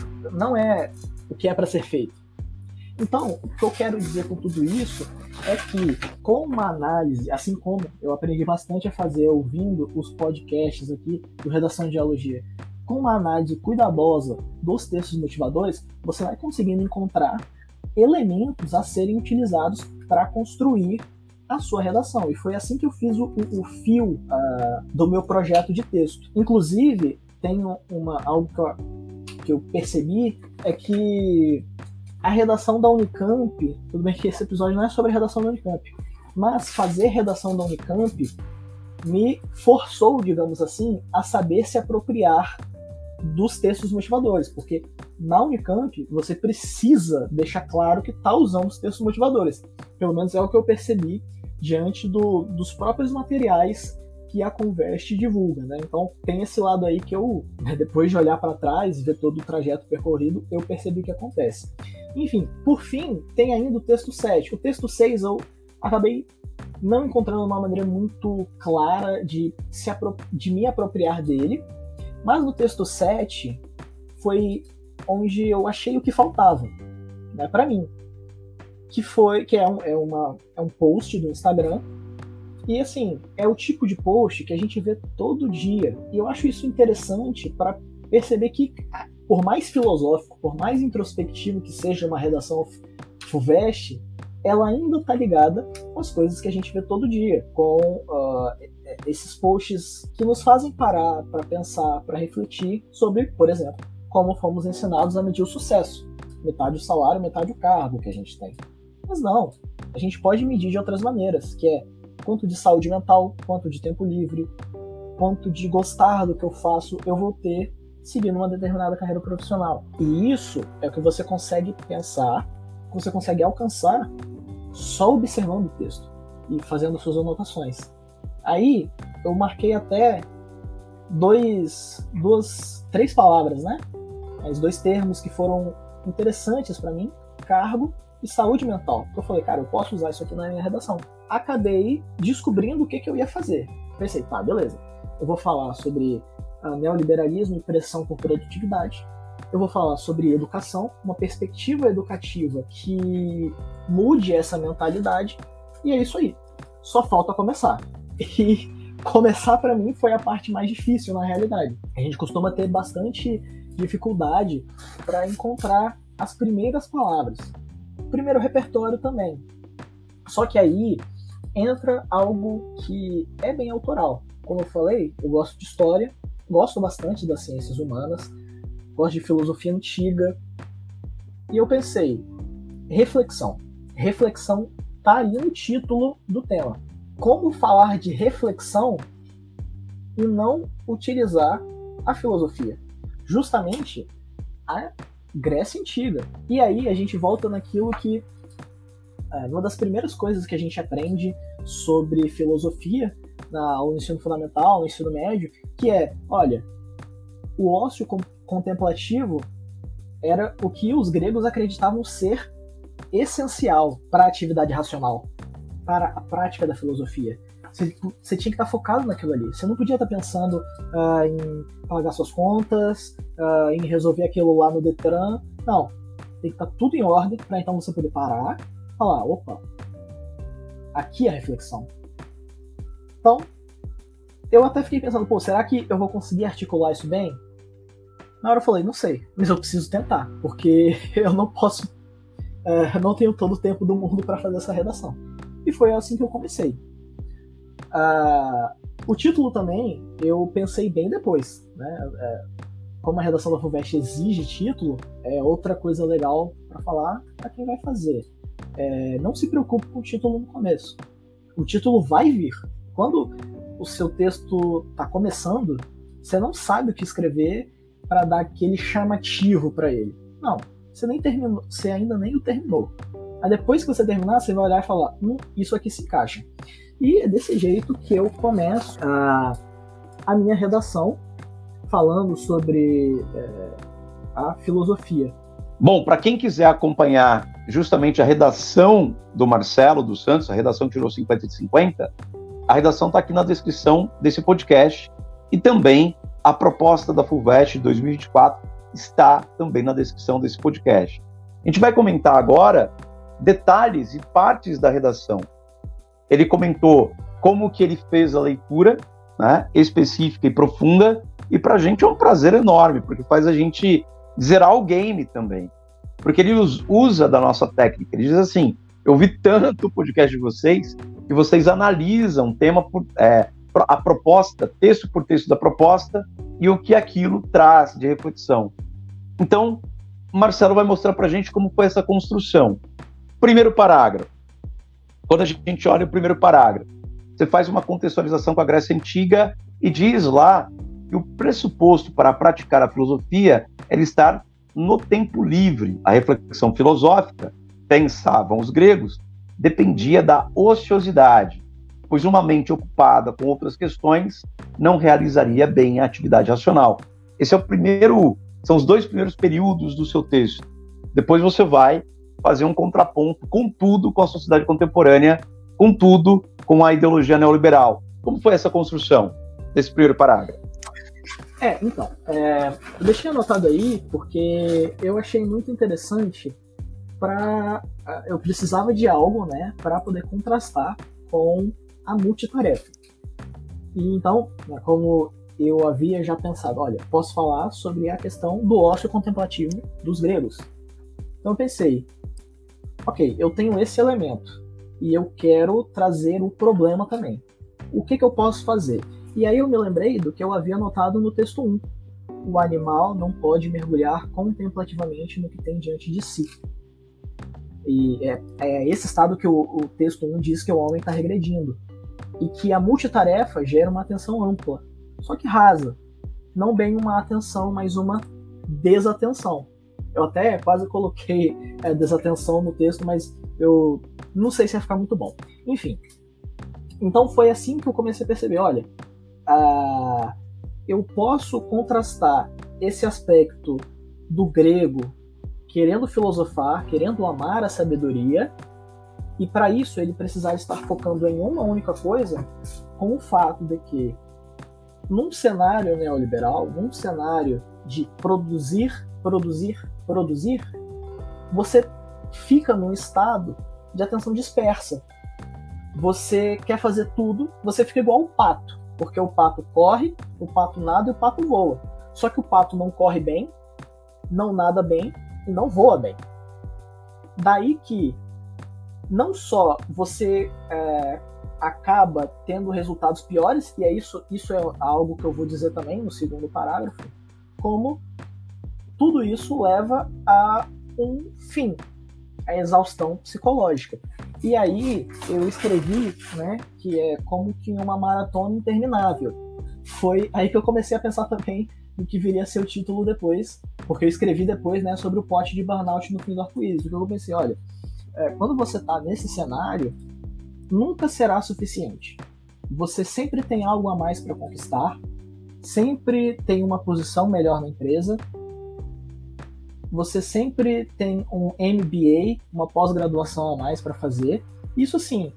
Speaker 2: para ser feito. Então, o que eu quero dizer com tudo isso é que, com uma análise, assim como eu aprendi bastante a fazer ouvindo os podcasts aqui do Redação de Dialogia, com uma análise cuidadosa dos textos motivadores, você vai conseguindo encontrar elementos a serem utilizados para construir a sua redação. E foi assim que eu fiz o fio do meu projeto de texto. Inclusive, tem algo que eu percebi, é que a redação da Unicamp, tudo bem que esse episódio não é sobre a redação da Unicamp, mas fazer redação da Unicamp me forçou, digamos assim, a saber se apropriar dos textos motivadores, porque na Unicamp você precisa deixar claro que está usando os textos motivadores. Pelo menos é o que eu percebi diante dos próprios materiais que a Conveste divulga, né? Então tem esse lado aí que eu, depois de olhar para trás e ver todo o trajeto percorrido, eu percebi que acontece. Enfim, por fim, tem ainda o texto 7. O texto 6 eu acabei não encontrando uma maneira muito clara de me apropriar dele, mas no texto 7 foi onde eu achei o que faltava, né, para mim, que é um post do Instagram. E assim, é o tipo de post que a gente vê todo dia. E eu acho isso interessante para perceber que, por mais filosófico, por mais introspectivo que seja uma redação FUVEST, ela ainda está ligada com as coisas que a gente vê todo dia, com esses posts que nos fazem parar para pensar, para refletir sobre, por exemplo, como fomos ensinados a medir o sucesso. Metade o salário, metade o cargo que a gente tem. Mas não, a gente pode medir de outras maneiras, que é quanto de saúde mental, quanto de tempo livre, quanto de gostar do que eu faço eu vou ter seguindo uma determinada carreira profissional. E isso é o que você consegue pensar, que você consegue alcançar só observando o texto e fazendo suas anotações. Aí eu marquei até três palavras, né? Mas 2 termos que foram interessantes para mim: cargo e saúde mental. Eu falei, cara, eu posso usar isso aqui na minha redação. Acabei descobrindo o que eu ia fazer. Pensei, tá, beleza. Eu vou falar sobre neoliberalismo e pressão por produtividade. Eu vou falar sobre educação, uma perspectiva educativa que mude essa mentalidade. E é isso aí. Só falta começar. E começar, para mim, foi a parte mais difícil, na realidade. A gente costuma ter bastante dificuldade para encontrar as primeiras palavras. O primeiro repertório também. Só que aí entra algo que é bem autoral. Como eu falei, eu gosto de história, gosto bastante das ciências humanas, gosto de filosofia antiga. E eu pensei, reflexão. Reflexão tá ali no título do tema. Como falar de reflexão e não utilizar a filosofia? Justamente a Grécia Antiga. E aí a gente volta naquilo que uma das primeiras coisas que a gente aprende sobre filosofia no ensino fundamental, no ensino médio, que é, olha, o ócio contemplativo era o que os gregos acreditavam ser essencial para a atividade racional, para a prática da filosofia. Você tinha que estar focado naquilo ali. Você não podia estar pensando em pagar suas contas, em resolver aquilo lá no Detran. Não. Tem que estar tudo em ordem para então você poder parar e falar, opa, aqui é a reflexão. Então, eu até fiquei pensando, pô, será que eu vou conseguir articular isso bem? Na hora eu falei, não sei, mas eu preciso tentar, porque eu não posso, não tenho todo o tempo do mundo para fazer essa redação. E foi assim que eu comecei. O título também eu pensei bem depois, né? como a redação da FUVEST exige título, é outra coisa legal para falar para quem vai fazer. Não se preocupe com o título no começo. O título vai vir. Quando o seu texto está começando, você não sabe o que escrever para dar aquele chamativo para ele. Não, você nem terminou, você ainda nem o terminou. Aí depois que você terminar, você vai olhar e falar, isso aqui se encaixa. E é desse jeito que eu começo a minha redação, falando sobre a filosofia.
Speaker 1: Bom, para quem quiser acompanhar justamente a redação do Marcelo dos Santos, a redação que tirou 50 de 50, a redação está aqui na descrição desse podcast, e também a proposta da FUVEST 2024 está também na descrição desse podcast. A gente vai comentar agora detalhes e partes da redação. Ele comentou como que ele fez a leitura, né, específica e profunda, e para a gente é um prazer enorme, porque faz a gente zerar o game também. Porque ele usa da nossa técnica. Ele diz assim, eu vi tanto o podcast de vocês, que vocês analisam tema por, a proposta, texto por texto da proposta, e o que aquilo traz de reflexão. Então, o Marcelo vai mostrar para a gente como foi essa construção. Primeiro parágrafo. Quando a gente olha o primeiro parágrafo, você faz uma contextualização com a Grécia Antiga e diz lá que o pressuposto para praticar a filosofia era estar no tempo livre. A reflexão filosófica, pensavam os gregos, dependia da ociosidade, pois uma mente ocupada com outras questões não realizaria bem a atividade racional. Esse é o primeiro, são os dois primeiros períodos do seu texto. Depois você vai fazer um contraponto com tudo, com a sociedade contemporânea, com tudo, com a ideologia neoliberal. Como foi essa construção desse primeiro parágrafo?
Speaker 2: Então, eu deixei anotado aí porque eu achei muito interessante eu precisava de algo, né, para poder contrastar com a multitarefa. E então, como eu havia já pensado, olha, posso falar sobre a questão do ócio contemplativo dos gregos. Então eu pensei, ok, eu tenho esse elemento e eu quero trazer o problema também. O que eu posso fazer? E aí eu me lembrei do que eu havia anotado no texto 1. O animal não pode mergulhar contemplativamente no que tem diante de si. E é esse estado que o texto 1 diz que o homem está regredindo. E que a multitarefa gera uma atenção ampla, só que rasa. Não bem uma atenção, mas uma desatenção. Eu até quase coloquei desatenção no texto, mas eu não sei se vai ficar muito bom. Enfim, então foi assim que eu comecei a perceber, olha, eu posso contrastar esse aspecto do grego querendo filosofar, querendo amar a sabedoria, e para isso ele precisar estar focando em uma única coisa, com o fato de que num cenário neoliberal, num cenário de produzir, você fica num estado de atenção dispersa. Você quer fazer tudo, você fica igual o pato, porque o pato corre, o pato nada e o pato voa. Só que o pato não corre bem, não nada bem e não voa bem. Daí que não só você acaba tendo resultados piores, e isso é algo que eu vou dizer também no segundo parágrafo, como tudo isso leva a um fim, a exaustão psicológica. E aí eu escrevi, né, que é como que uma maratona interminável. Foi aí que eu comecei a pensar também no que viria a ser o título depois, porque eu escrevi depois, né, sobre o pote de burnout no fim do arco-íris. Porque eu pensei, olha, quando você está nesse cenário, nunca será suficiente. Você sempre tem algo a mais para conquistar, sempre tem uma posição melhor na empresa, você sempre tem um MBA, uma pós-graduação a mais para fazer. Isso, assim,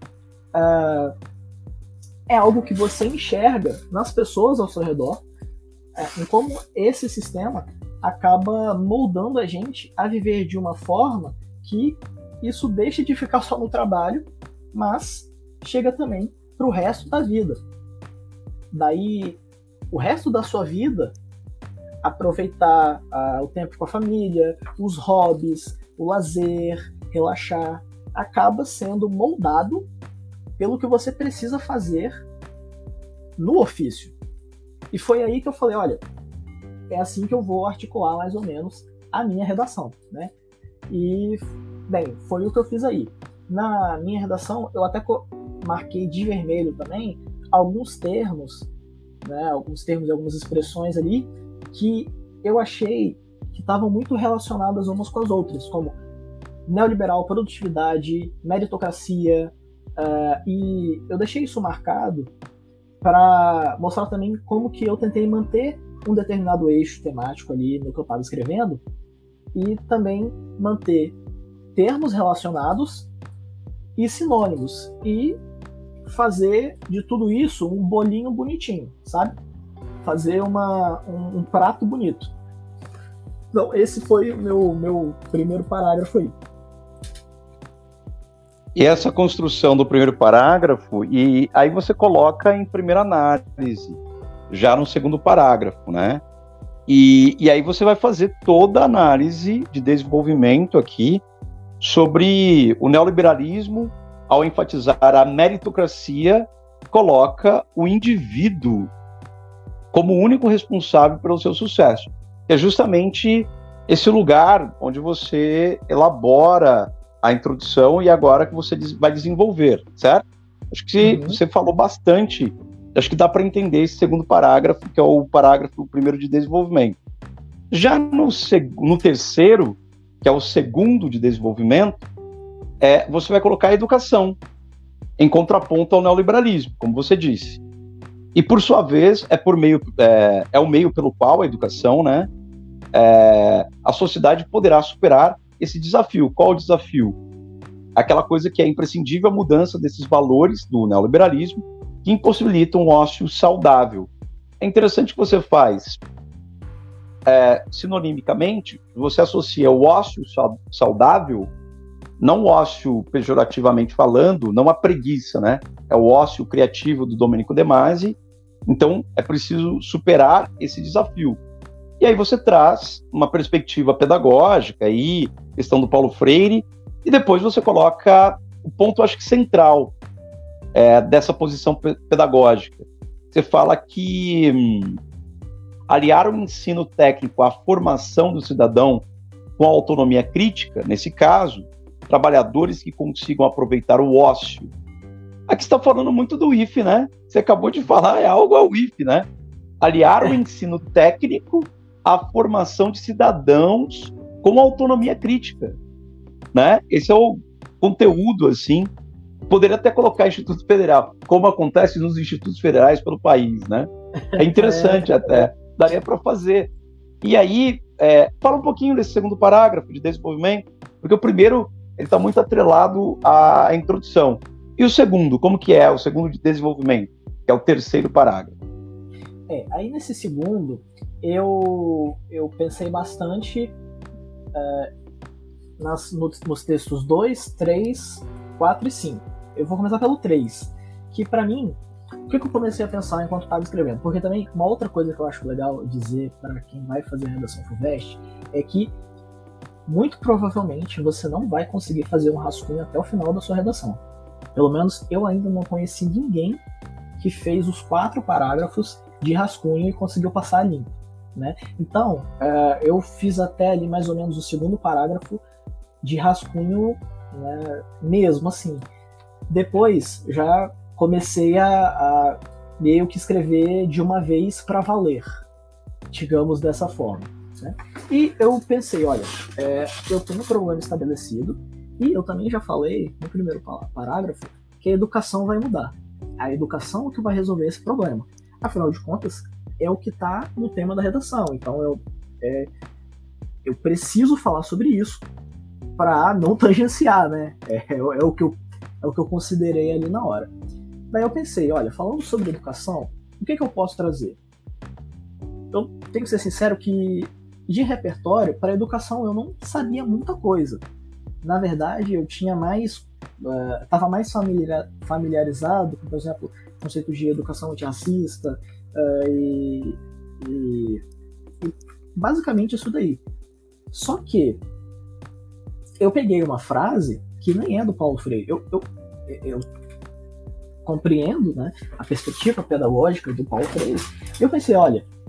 Speaker 2: é algo que você enxerga nas pessoas ao seu redor, em como esse sistema acaba moldando a gente a viver de uma forma que isso deixa de ficar só no trabalho, mas chega também para o resto da vida. Daí, o resto da sua vida, aproveitar o tempo com a família, os hobbies, o lazer, relaxar, acaba sendo moldado pelo que você precisa fazer no ofício. E foi aí que eu falei, olha, é assim que eu vou articular mais ou menos a minha redação, né? E, bem, foi o que eu fiz aí. Na minha redação, eu até marquei de vermelho também alguns termos, né? Alguns termos e algumas expressões ali que eu achei que estavam muito relacionadas umas com as outras, como neoliberal, produtividade, meritocracia, e eu deixei isso marcado para mostrar também como que eu tentei manter um determinado eixo temático ali no que eu estava escrevendo e também manter termos relacionados e sinônimos e fazer de tudo isso um bolinho bonitinho, sabe? Fazer um prato bonito. Então, esse foi o meu primeiro parágrafo aí.
Speaker 1: E essa construção do primeiro parágrafo, e aí você coloca em primeira análise, já no segundo parágrafo, né? E aí você vai fazer toda a análise de desenvolvimento aqui sobre o neoliberalismo, ao enfatizar a meritocracia, coloca o indivíduo como o único responsável pelo seu sucesso. Que é justamente esse lugar onde você elabora a introdução e agora que você vai desenvolver, certo? Acho que você falou bastante, acho que dá para entender esse segundo parágrafo, que é o parágrafo primeiro de desenvolvimento. Já no terceiro, que é o segundo de desenvolvimento, você vai colocar a educação, em contraponto ao neoliberalismo, como você disse. E, por sua vez, é o meio pelo qual a educação, né, a sociedade poderá superar esse desafio. Qual o desafio? Aquela coisa que é imprescindível, a mudança desses valores do neoliberalismo que impossibilitam um ócio saudável. É interessante que você faz, sinonimicamente, você associa o ócio saudável, não o ócio pejorativamente falando, não a preguiça, né? É o ócio criativo do Domenico De Masi. Então, é preciso superar esse desafio. E aí você traz uma perspectiva pedagógica, aí, questão do Paulo Freire, e depois você coloca o ponto, acho que central, dessa posição pedagógica. Você fala que aliar o ensino técnico à formação do cidadão com a autonomia crítica, nesse caso, trabalhadores que consigam aproveitar o ócio. Aqui está falando muito do IFE, né? Você acabou de falar, é algo ao IFE, né? Aliar o ensino técnico à formação de cidadãos com autonomia crítica, né? Esse é o conteúdo, assim. Poderia até colocar Instituto Federal, como acontece nos institutos federais pelo país, né? É interessante até, daria para fazer. E aí, fala um pouquinho desse segundo parágrafo de desenvolvimento, porque o primeiro ele está muito atrelado à introdução. E o segundo, como que é o segundo de desenvolvimento, que é o terceiro parágrafo?
Speaker 2: Aí nesse segundo, eu pensei bastante nos textos 2, 3, 4 e 5. Eu vou começar pelo 3, que para mim, o que eu comecei a pensar enquanto estava escrevendo? Porque também, uma outra coisa que eu acho legal dizer para quem vai fazer a redação FUVEST é que muito provavelmente você não vai conseguir fazer um rascunho até o final da sua redação. Pelo menos eu ainda não conheci ninguém que fez os 4 parágrafos de rascunho e conseguiu passar limpo, né? Então, eu fiz até ali mais ou menos o segundo parágrafo de rascunho, né, mesmo assim. Depois, já comecei a meio que escrever de uma vez para valer, digamos dessa forma, né? E eu pensei, olha, eu tenho um problema estabelecido e eu também já falei no primeiro parágrafo que a educação vai mudar. A educação é que vai resolver esse problema. Afinal de contas, é o que está no tema da redação. Então, eu preciso falar sobre isso para não tangenciar, né? É o que eu considerei ali na hora. Daí eu pensei, olha, falando sobre educação, o que eu posso trazer? Eu tenho que ser sincero que, de repertório, para educação eu não sabia muita coisa. Na verdade, eu tinha estava mais familiarizado com, por exemplo, conceitos de educação antirracista e basicamente isso daí. Só que eu peguei uma frase que nem é do Paulo Freire. Eu compreendo, né, a perspectiva pedagógica do Paulo Freire. Eu pensei, olha,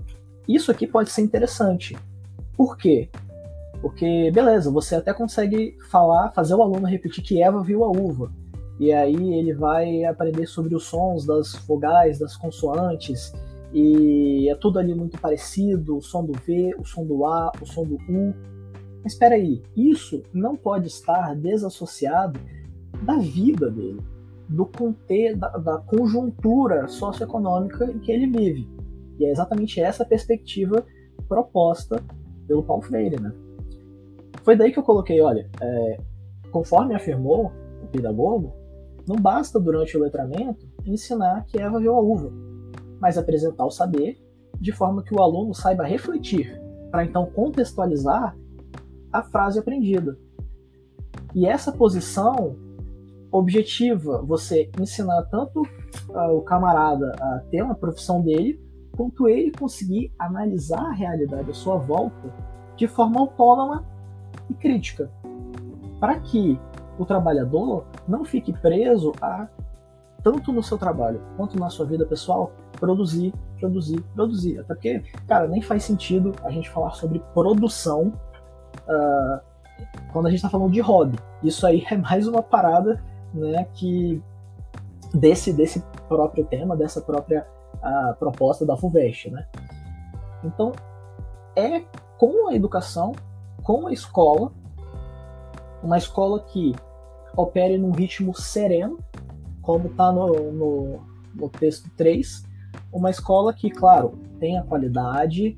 Speaker 2: Isso aqui pode ser interessante. Por quê? Porque, beleza, você até consegue fazer o aluno repetir que Eva viu a uva. E aí ele vai aprender sobre os sons das vogais, das consoantes, e é tudo ali muito parecido, o som do V, o som do A, o som do U. Mas espera aí, isso não pode estar desassociado da vida dele, do contexto, da conjuntura socioeconômica em que ele vive. E é exatamente essa perspectiva proposta pelo Paulo Freire, né? Foi daí que eu coloquei, olha, conforme afirmou o pedagogo, não basta durante o letramento ensinar que Eva viu a uva, mas apresentar o saber de forma que o aluno saiba refletir, para então contextualizar a frase aprendida. E essa posição objetiva você ensinar tanto o camarada a ter uma profissão dele, quanto ele conseguir analisar a realidade à sua volta de forma autônoma e crítica, para que o trabalhador não fique preso a, tanto no seu trabalho quanto na sua vida pessoal, produzir. Até porque, cara, nem faz sentido a gente falar sobre produção quando a gente está falando de hobby. Isso aí é mais uma parada, né, que desse próprio tema, dessa própria proposta da FUVEST, né? Então, é com a educação, com a escola, uma escola que opere num ritmo sereno, como está no texto 3, uma escola que, claro, tenha qualidade,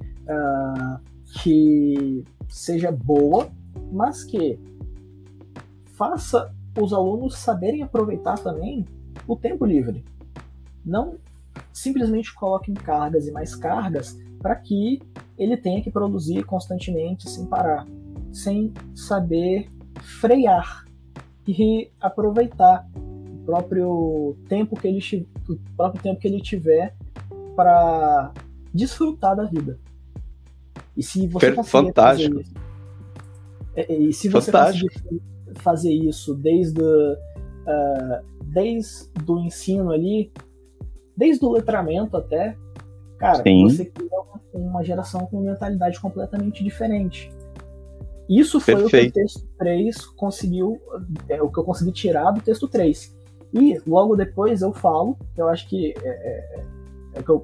Speaker 2: que seja boa, mas que faça os alunos saberem aproveitar também o tempo livre. Não simplesmente coloquem cargas e mais cargas para que ele tenha que produzir constantemente, sem parar, sem saber frear e aproveitar o próprio tempo que ele tiver para desfrutar da vida. E se você conseguir fazer isso, e se você conseguir fazer isso desde o ensino ali, desde o letramento até, cara, Sim. Você cria uma geração com uma mentalidade completamente diferente. Isso foi o que o texto 3 conseguiu, o que eu consegui tirar do texto 3. E logo depois eu falo, que eu acho que é que eu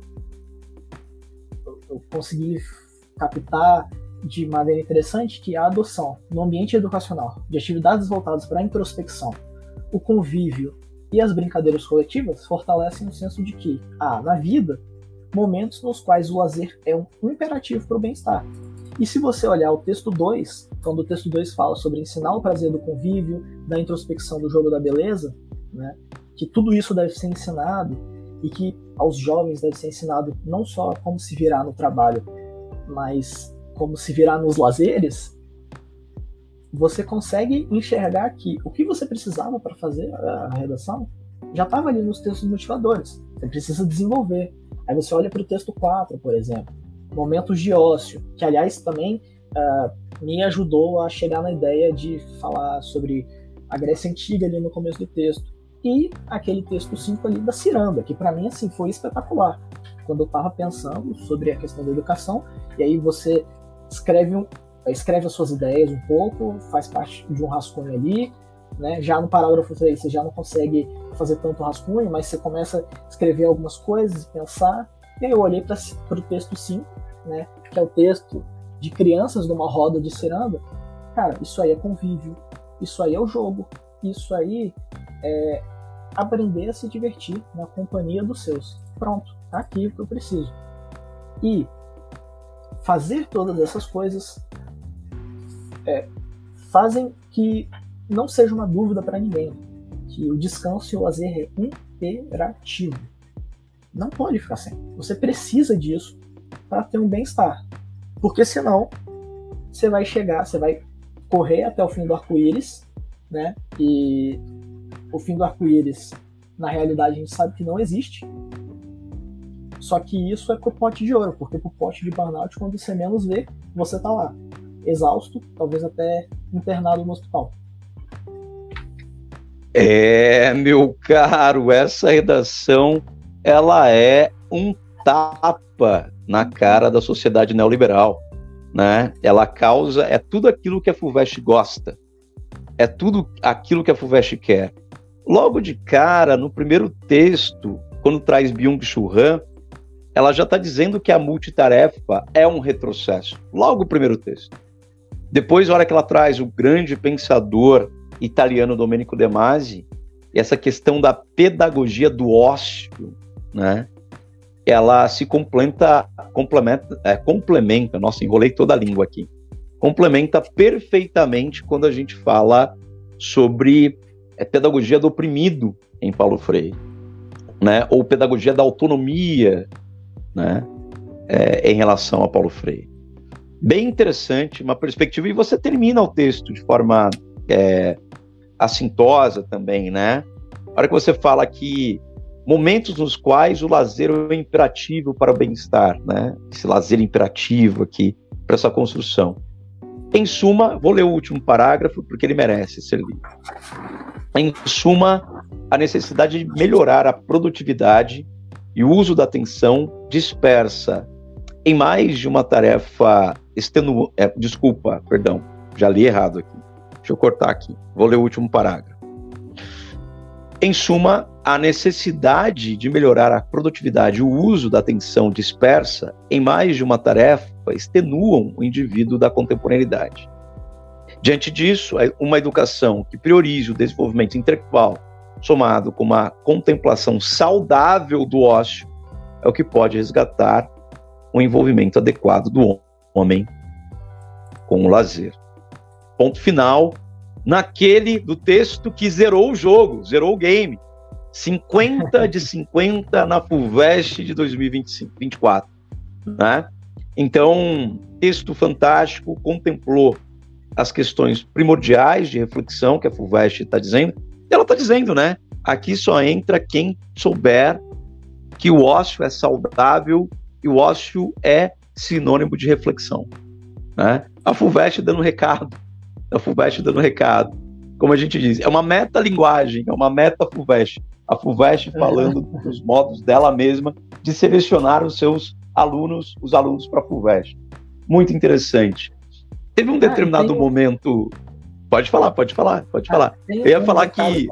Speaker 2: consegui captar de maneira interessante, que é a adoção no ambiente educacional de atividades voltadas para a introspecção, o convívio e as brincadeiras coletivas fortalecem o senso de que há na vida momentos nos quais o lazer é um imperativo para o bem-estar. E se você olhar o texto 2, quando o texto 2 fala sobre ensinar o prazer do convívio, da introspecção, do jogo da beleza, né, que tudo isso deve ser ensinado e que aos jovens deve ser ensinado não só como se virar no trabalho, mas como se virar nos lazeres, você consegue enxergar que o que você precisava para fazer a redação já estava ali nos textos motivadores. Você precisa desenvolver. Aí você olha para o texto 4, por exemplo, momentos de ócio, que aliás também me ajudou a chegar na ideia de falar sobre a Grécia Antiga ali no começo do texto. E aquele texto 5 ali da Ciranda, que para mim assim, foi espetacular. Quando eu estava pensando sobre a questão da educação, e aí você escreve as suas ideias um pouco, faz parte de um rascunho ali, né? Já no parágrafo 3 você já não consegue fazer tanto rascunho, mas você começa a escrever algumas coisas, pensar. E aí eu olhei para o texto 5, né? Que é o texto de crianças numa roda de ciranda. Cara, isso aí é convívio, isso aí é o jogo, isso aí é aprender a se divertir na companhia dos seus. Pronto, tá aqui o que eu preciso. E fazer todas essas coisas fazem que não seja uma dúvida para ninguém que o descanso e o lazer é imperativo. Não pode ficar sem. Você precisa disso para ter um bem-estar. Porque senão você vai correr até o fim do arco-íris, né? E o fim do arco-íris, na realidade, a gente sabe que não existe. Só que isso é pro pote de ouro, porque pro pote de burnout, quando você menos vê, você tá lá, exausto, talvez até internado no hospital.
Speaker 1: Meu caro, essa redação, ela é um tapa na cara da sociedade neoliberal, né? Ela causa, é tudo aquilo que a FUVEST gosta, é tudo aquilo que a FUVEST quer. Logo de cara, no primeiro texto, quando traz Byung-Chul Han, ela já está dizendo que a multitarefa é um retrocesso. Logo o primeiro texto. Depois, a hora que ela traz o grande pensador italiano Domenico De Masi, e essa questão da pedagogia do ócio, né? Ela se complementa, nossa, enrolei toda a língua aqui, complementa perfeitamente quando a gente fala sobre pedagogia do oprimido em Paulo Freire, né? Ou pedagogia da autonomia, né? Em relação a Paulo Freire. Bem interessante, uma perspectiva, e você termina o texto de forma assintosa também, né? A hora que você fala que momentos nos quais o lazer é imperativo para o bem-estar, né? Esse lazer imperativo aqui, para essa construção. Em suma, vou ler o último parágrafo, porque ele merece ser lido. Em suma, a necessidade de melhorar a produtividade e o uso da atenção dispersa em mais de uma tarefa já li errado aqui. Deixa eu cortar aqui. Vou ler o último parágrafo. Em suma, a necessidade de melhorar a produtividade e o uso da atenção dispersa em mais de uma tarefa extenuam o indivíduo da contemporaneidade. Diante disso, uma educação que priorize o desenvolvimento intelectual, somado com uma contemplação saudável do ócio, é o que pode resgatar o envolvimento adequado do homem com o lazer. Ponto final, naquele do texto que zerou o jogo, zerou o game. 50 de 50 na FUVEST de 2024. Né? Então, texto fantástico, contemplou as questões primordiais de reflexão que a FUVEST está dizendo. E ela está dizendo, né? Aqui só entra quem souber que o ócio é saudável e o ócio é sinônimo de reflexão. Né? A FUVEST dando recado. Como a gente diz, é uma metalinguagem, é uma meta-FUVEST. A FUVEST falando dos modos dela mesma de selecionar os seus alunos, os alunos para a FUVEST. Muito interessante. Teve um determinado momento... Pode falar. Eu ia falar que...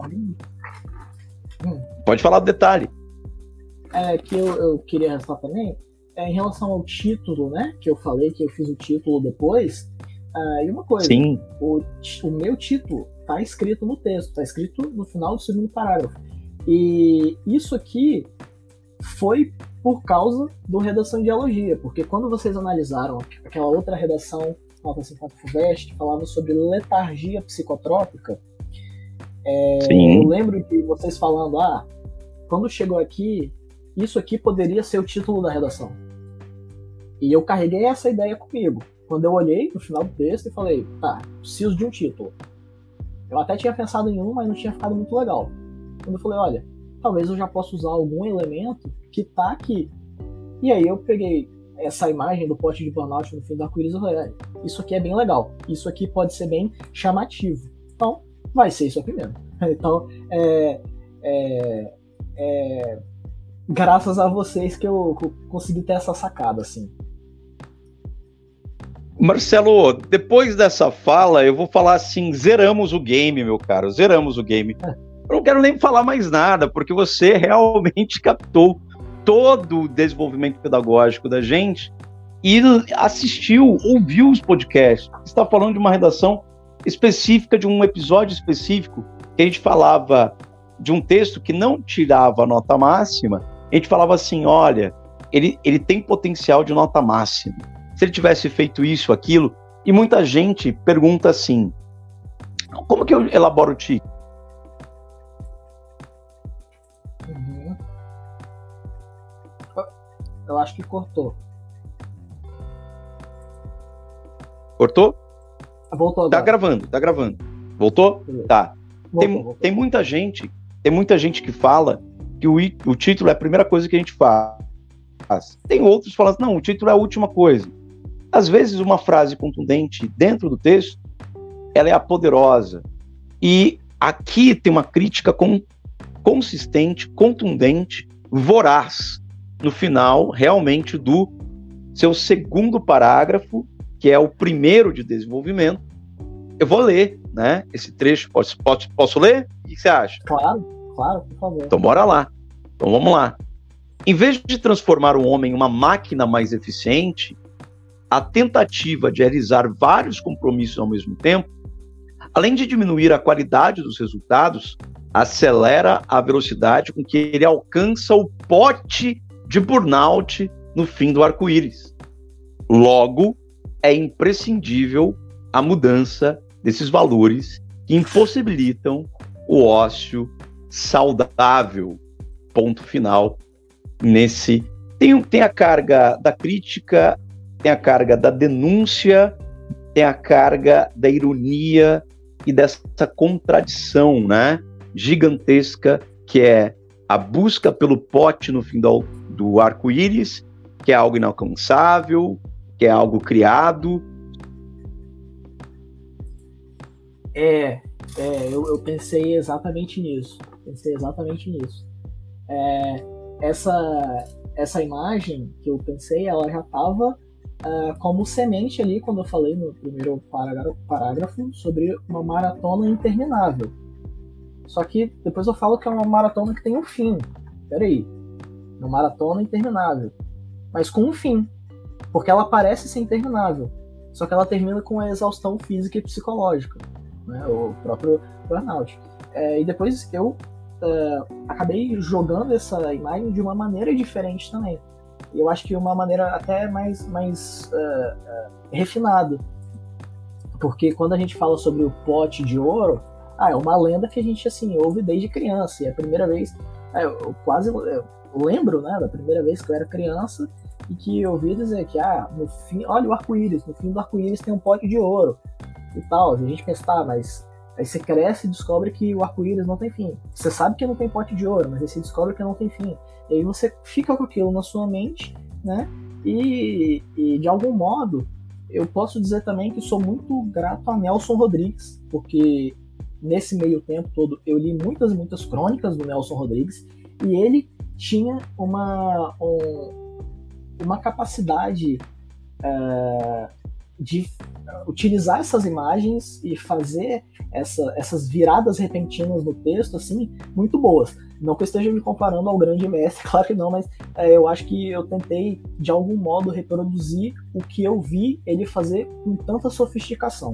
Speaker 1: Pode falar do detalhe.
Speaker 2: Que eu queria ressaltar também, em relação ao título, né? Que eu falei que eu fiz o título depois. E uma coisa,
Speaker 1: Sim.
Speaker 2: O meu título está escrito no texto, está escrito no final do segundo parágrafo. E isso aqui foi por causa do Redação em Dialogia, porque quando vocês analisaram aquela outra redação, nota 50 FUVEST, que falava sobre letargia psicotrópica, eu lembro de vocês falando, quando chegou aqui, isso aqui poderia ser o título da redação. E eu carreguei essa ideia comigo. Quando eu olhei no final do texto e falei, preciso de um título. Eu até tinha pensado em um, mas não tinha ficado muito legal. Quando eu falei, olha, talvez eu já possa usar algum elemento que tá aqui. E aí eu peguei essa imagem do pote de burnout no fim do arco-íris e falei, isso aqui é bem legal. Isso aqui pode ser bem chamativo. Então, vai ser isso aqui mesmo. Então, graças a vocês que eu consegui ter essa sacada, assim.
Speaker 1: Marcelo, depois dessa fala, eu vou falar assim, zeramos o game, meu caro, zeramos o game. Eu não quero nem falar mais nada, porque você realmente captou todo o desenvolvimento pedagógico da gente e assistiu, ouviu os podcasts. Você está falando de uma redação específica, de um episódio específico, que a gente falava de um texto que não tirava a nota máxima, a gente falava assim, olha, ele tem potencial de nota máxima. Se ele tivesse feito isso, aquilo, e muita gente pergunta assim, como que eu elaboro o título?
Speaker 2: Eu acho que cortou.
Speaker 1: Cortou?
Speaker 2: Voltou agora.
Speaker 1: Tá gravando. Voltou?
Speaker 2: Beleza.
Speaker 1: Tá.
Speaker 2: Voltou.
Speaker 1: Tem muita gente que fala que o título é a primeira coisa que a gente faz. Tem outros falando, não, o título é a última coisa. Às vezes uma frase contundente dentro do texto, ela é a poderosa. E aqui tem uma crítica consistente, contundente, voraz no final, realmente, do seu segundo parágrafo, que é o primeiro de desenvolvimento. Eu vou ler, né, esse trecho. Posso ler? O que você acha?
Speaker 2: Claro, por favor.
Speaker 1: Então, bora lá. Então, vamos lá. Em vez de transformar o homem em uma máquina mais eficiente, a tentativa de realizar vários compromissos ao mesmo tempo, além de diminuir a qualidade dos resultados, acelera a velocidade com que ele alcança o pote de burnout no fim do arco-íris. Logo, é imprescindível a mudança desses valores que impossibilitam o ócio saudável. Ponto final. Tem a carga da crítica, tem a carga da denúncia, tem a carga da ironia e dessa contradição, né, gigantesca, que é a busca pelo pote no fim do arco-íris, que é algo inalcançável, que é algo criado.
Speaker 2: Eu pensei exatamente nisso. Essa imagem que eu pensei, ela já estava como semente ali quando eu falei no primeiro parágrafo sobre uma maratona interminável. Só que depois eu falo que é uma maratona que tem um fim. Peraí, uma maratona interminável, mas com um fim, porque ela parece ser interminável, só que ela termina com a exaustão física e psicológica, né? O próprio burnout. E depois eu acabei jogando essa imagem de uma maneira diferente também. E eu acho que uma maneira até mais refinada. Porque quando a gente fala sobre o pote de ouro, é uma lenda que a gente assim, ouve desde criança. E a primeira vez, eu lembro, né, da primeira vez que eu era criança e que eu ouvi dizer que no fim, olha o arco-íris, no fim do arco-íris tem um pote de ouro e tal. E a gente pensa, mas aí você cresce e descobre que o arco-íris não tem fim. Você sabe que não tem pote de ouro, mas aí você descobre que não tem fim. E aí você fica com aquilo na sua mente, né? E de algum modo, eu posso dizer também que sou muito grato a Nelson Rodrigues, porque nesse meio tempo todo eu li muitas e muitas crônicas do Nelson Rodrigues, e ele tinha uma capacidade de utilizar essas imagens e fazer essas viradas repentinas no texto, assim, muito boas. Não que eu esteja me comparando ao grande mestre, claro que não, mas eu acho que eu tentei, de algum modo, reproduzir o que eu vi ele fazer com tanta sofisticação.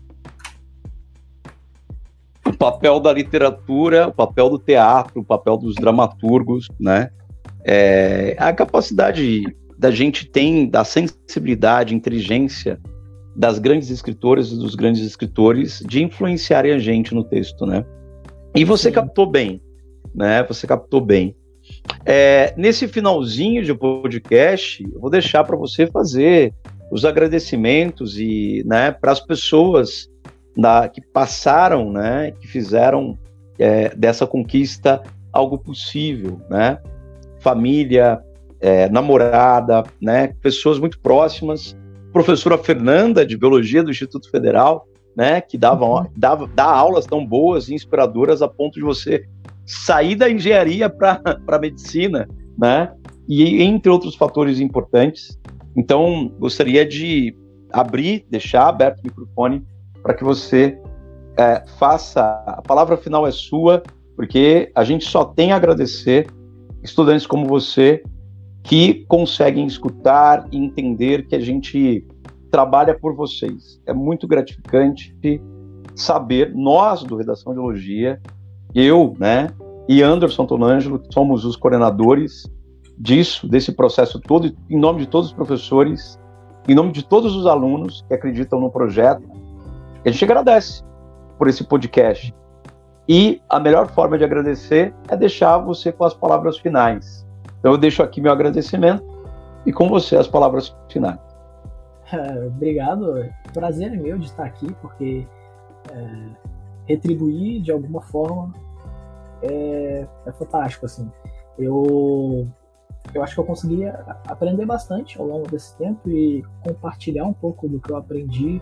Speaker 1: O papel da literatura, o papel do teatro, o papel dos dramaturgos, né? A capacidade da gente tem, da sensibilidade, inteligência das grandes escritoras e dos grandes escritores de influenciarem a gente no texto, né? E você captou bem, né? Você captou bem. Nesse finalzinho de podcast, eu vou deixar para você fazer os agradecimentos e, né, para as pessoas que passaram, né, que fizeram dessa conquista algo possível, né? Família, namorada, né? Pessoas muito próximas. Professora Fernanda, de Biologia do Instituto Federal, né, que dá aulas tão boas e inspiradoras a ponto de você sair da engenharia para a medicina, né, e entre outros fatores importantes. Então, gostaria de deixar aberto o microfone para que você faça, a palavra final é sua, porque a gente só tem a agradecer estudantes como você, que conseguem escutar e entender que a gente trabalha por vocês. É muito gratificante saber, nós do Redação de Biologia, eu, né, e Anderson Tonângelo, que somos os coordenadores desse processo todo, em nome de todos os professores, em nome de todos os alunos que acreditam no projeto, a gente agradece por esse podcast. E a melhor forma de agradecer é deixar você com as palavras finais. Então eu deixo aqui meu agradecimento e com você as palavras finais.
Speaker 2: Obrigado, prazer é meu de estar aqui, porque retribuir de alguma forma é fantástico, assim. Eu acho que eu consegui aprender bastante ao longo desse tempo e compartilhar um pouco do que eu aprendi.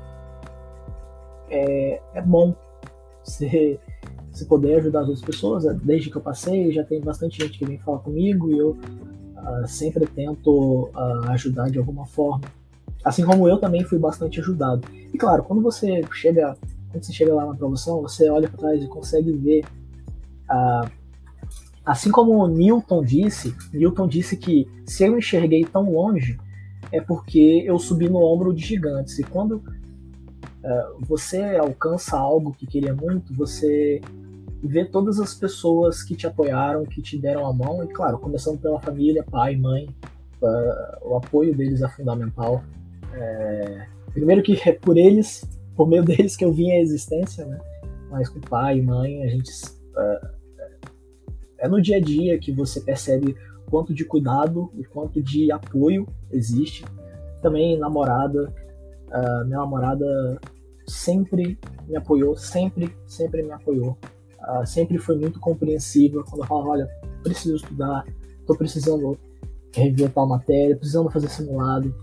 Speaker 2: É bom se poder ajudar as outras pessoas. Desde que eu passei, já tem bastante gente que vem falar comigo e eu sempre tento ajudar de alguma forma. Assim como eu também fui bastante ajudado. E claro, quando você chega lá na promoção, você olha para trás e consegue ver, assim como Newton disse que se eu enxerguei tão longe, é porque eu subi no ombro de gigantes. E quando você alcança algo que queria muito, você vê todas as pessoas que te apoiaram, que te deram a mão, e claro, começando pela família, pai, mãe, o apoio deles é fundamental. Primeiro que é por meio deles que eu vim à existência, né? Mas com pai e mãe, a gente é no dia a dia que você percebe quanto de cuidado e quanto de apoio existe. Também namorada, minha namorada sempre me apoiou, sempre me apoiou. Sempre foi muito compreensiva quando eu falava, olha, preciso estudar, estou precisando rever tal matéria, precisando fazer simulado.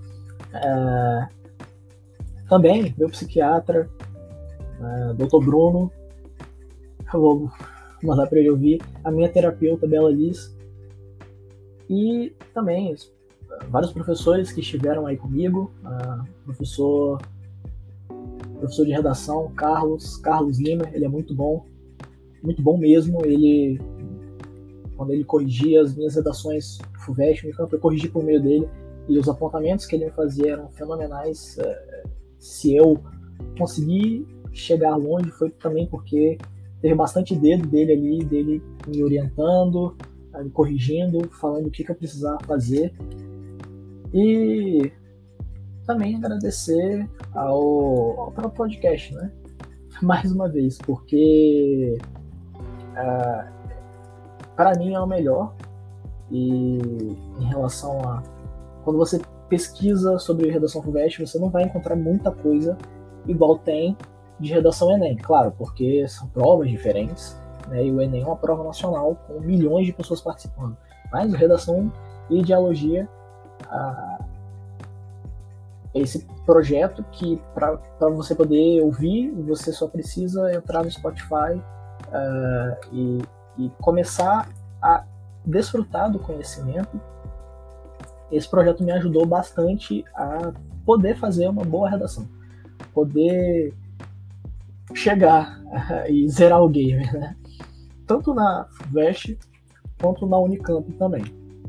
Speaker 2: Também, meu psiquiatra, Dr. Bruno, eu vou mandar para ele ouvir, a minha terapeuta, Bela Liz, e também vários professores que estiveram aí comigo, professor de redação, Carlos Lima, ele é muito bom mesmo. Ele, quando ele corrigia as minhas redações FUVEST, eu corrigi por meio dele, e os apontamentos que ele me fazia eram fenomenais. Se eu consegui chegar longe, foi também porque teve bastante dedo dele ali, dele me orientando, me corrigindo, falando o que eu precisava fazer. E também agradecer ao podcast, né? Mais uma vez, porque para mim é o melhor. E em relação a quando você pesquisa sobre redação FUVEST, você não vai encontrar muita coisa igual tem de redação Enem, claro, porque são provas diferentes, né? E o Enem é uma prova nacional com milhões de pessoas participando. Mas redação e dialogia, esse projeto que para você poder ouvir, você só precisa entrar no Spotify e começar a desfrutar do conhecimento. Esse projeto me ajudou bastante a poder fazer uma boa redação, poder chegar e zerar o game, né? Tanto na FUVEST quanto na Unicamp também.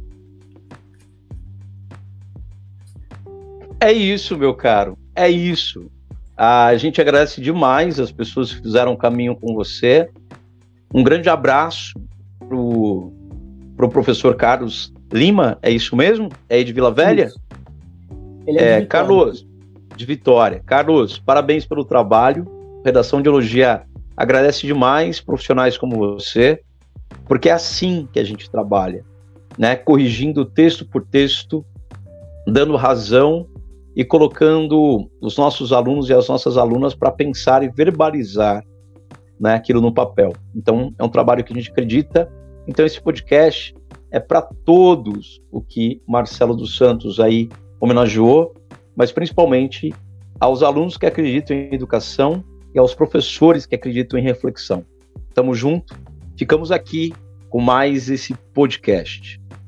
Speaker 1: É isso, meu caro, é isso. A gente agradece demais as pessoas que fizeram o caminho com você. Um grande abraço pro professor Carlos Lima, é isso mesmo? É aí de Vila Velha?
Speaker 2: Isso. Ele é de Vitória.
Speaker 1: Carlos, de Vitória. Carlos, parabéns pelo trabalho. Redação de Elogia agradece demais profissionais como você, porque é assim que a gente trabalha, né? Corrigindo texto por texto, dando razão e colocando os nossos alunos e as nossas alunas para pensar e verbalizar, né, aquilo no papel. Então, é um trabalho que a gente acredita. Então, esse podcast é para todos o que Marcelo dos Santos aí homenageou, mas principalmente aos alunos que acreditam em educação e aos professores que acreditam em reflexão. Tamo junto, ficamos aqui com mais esse podcast.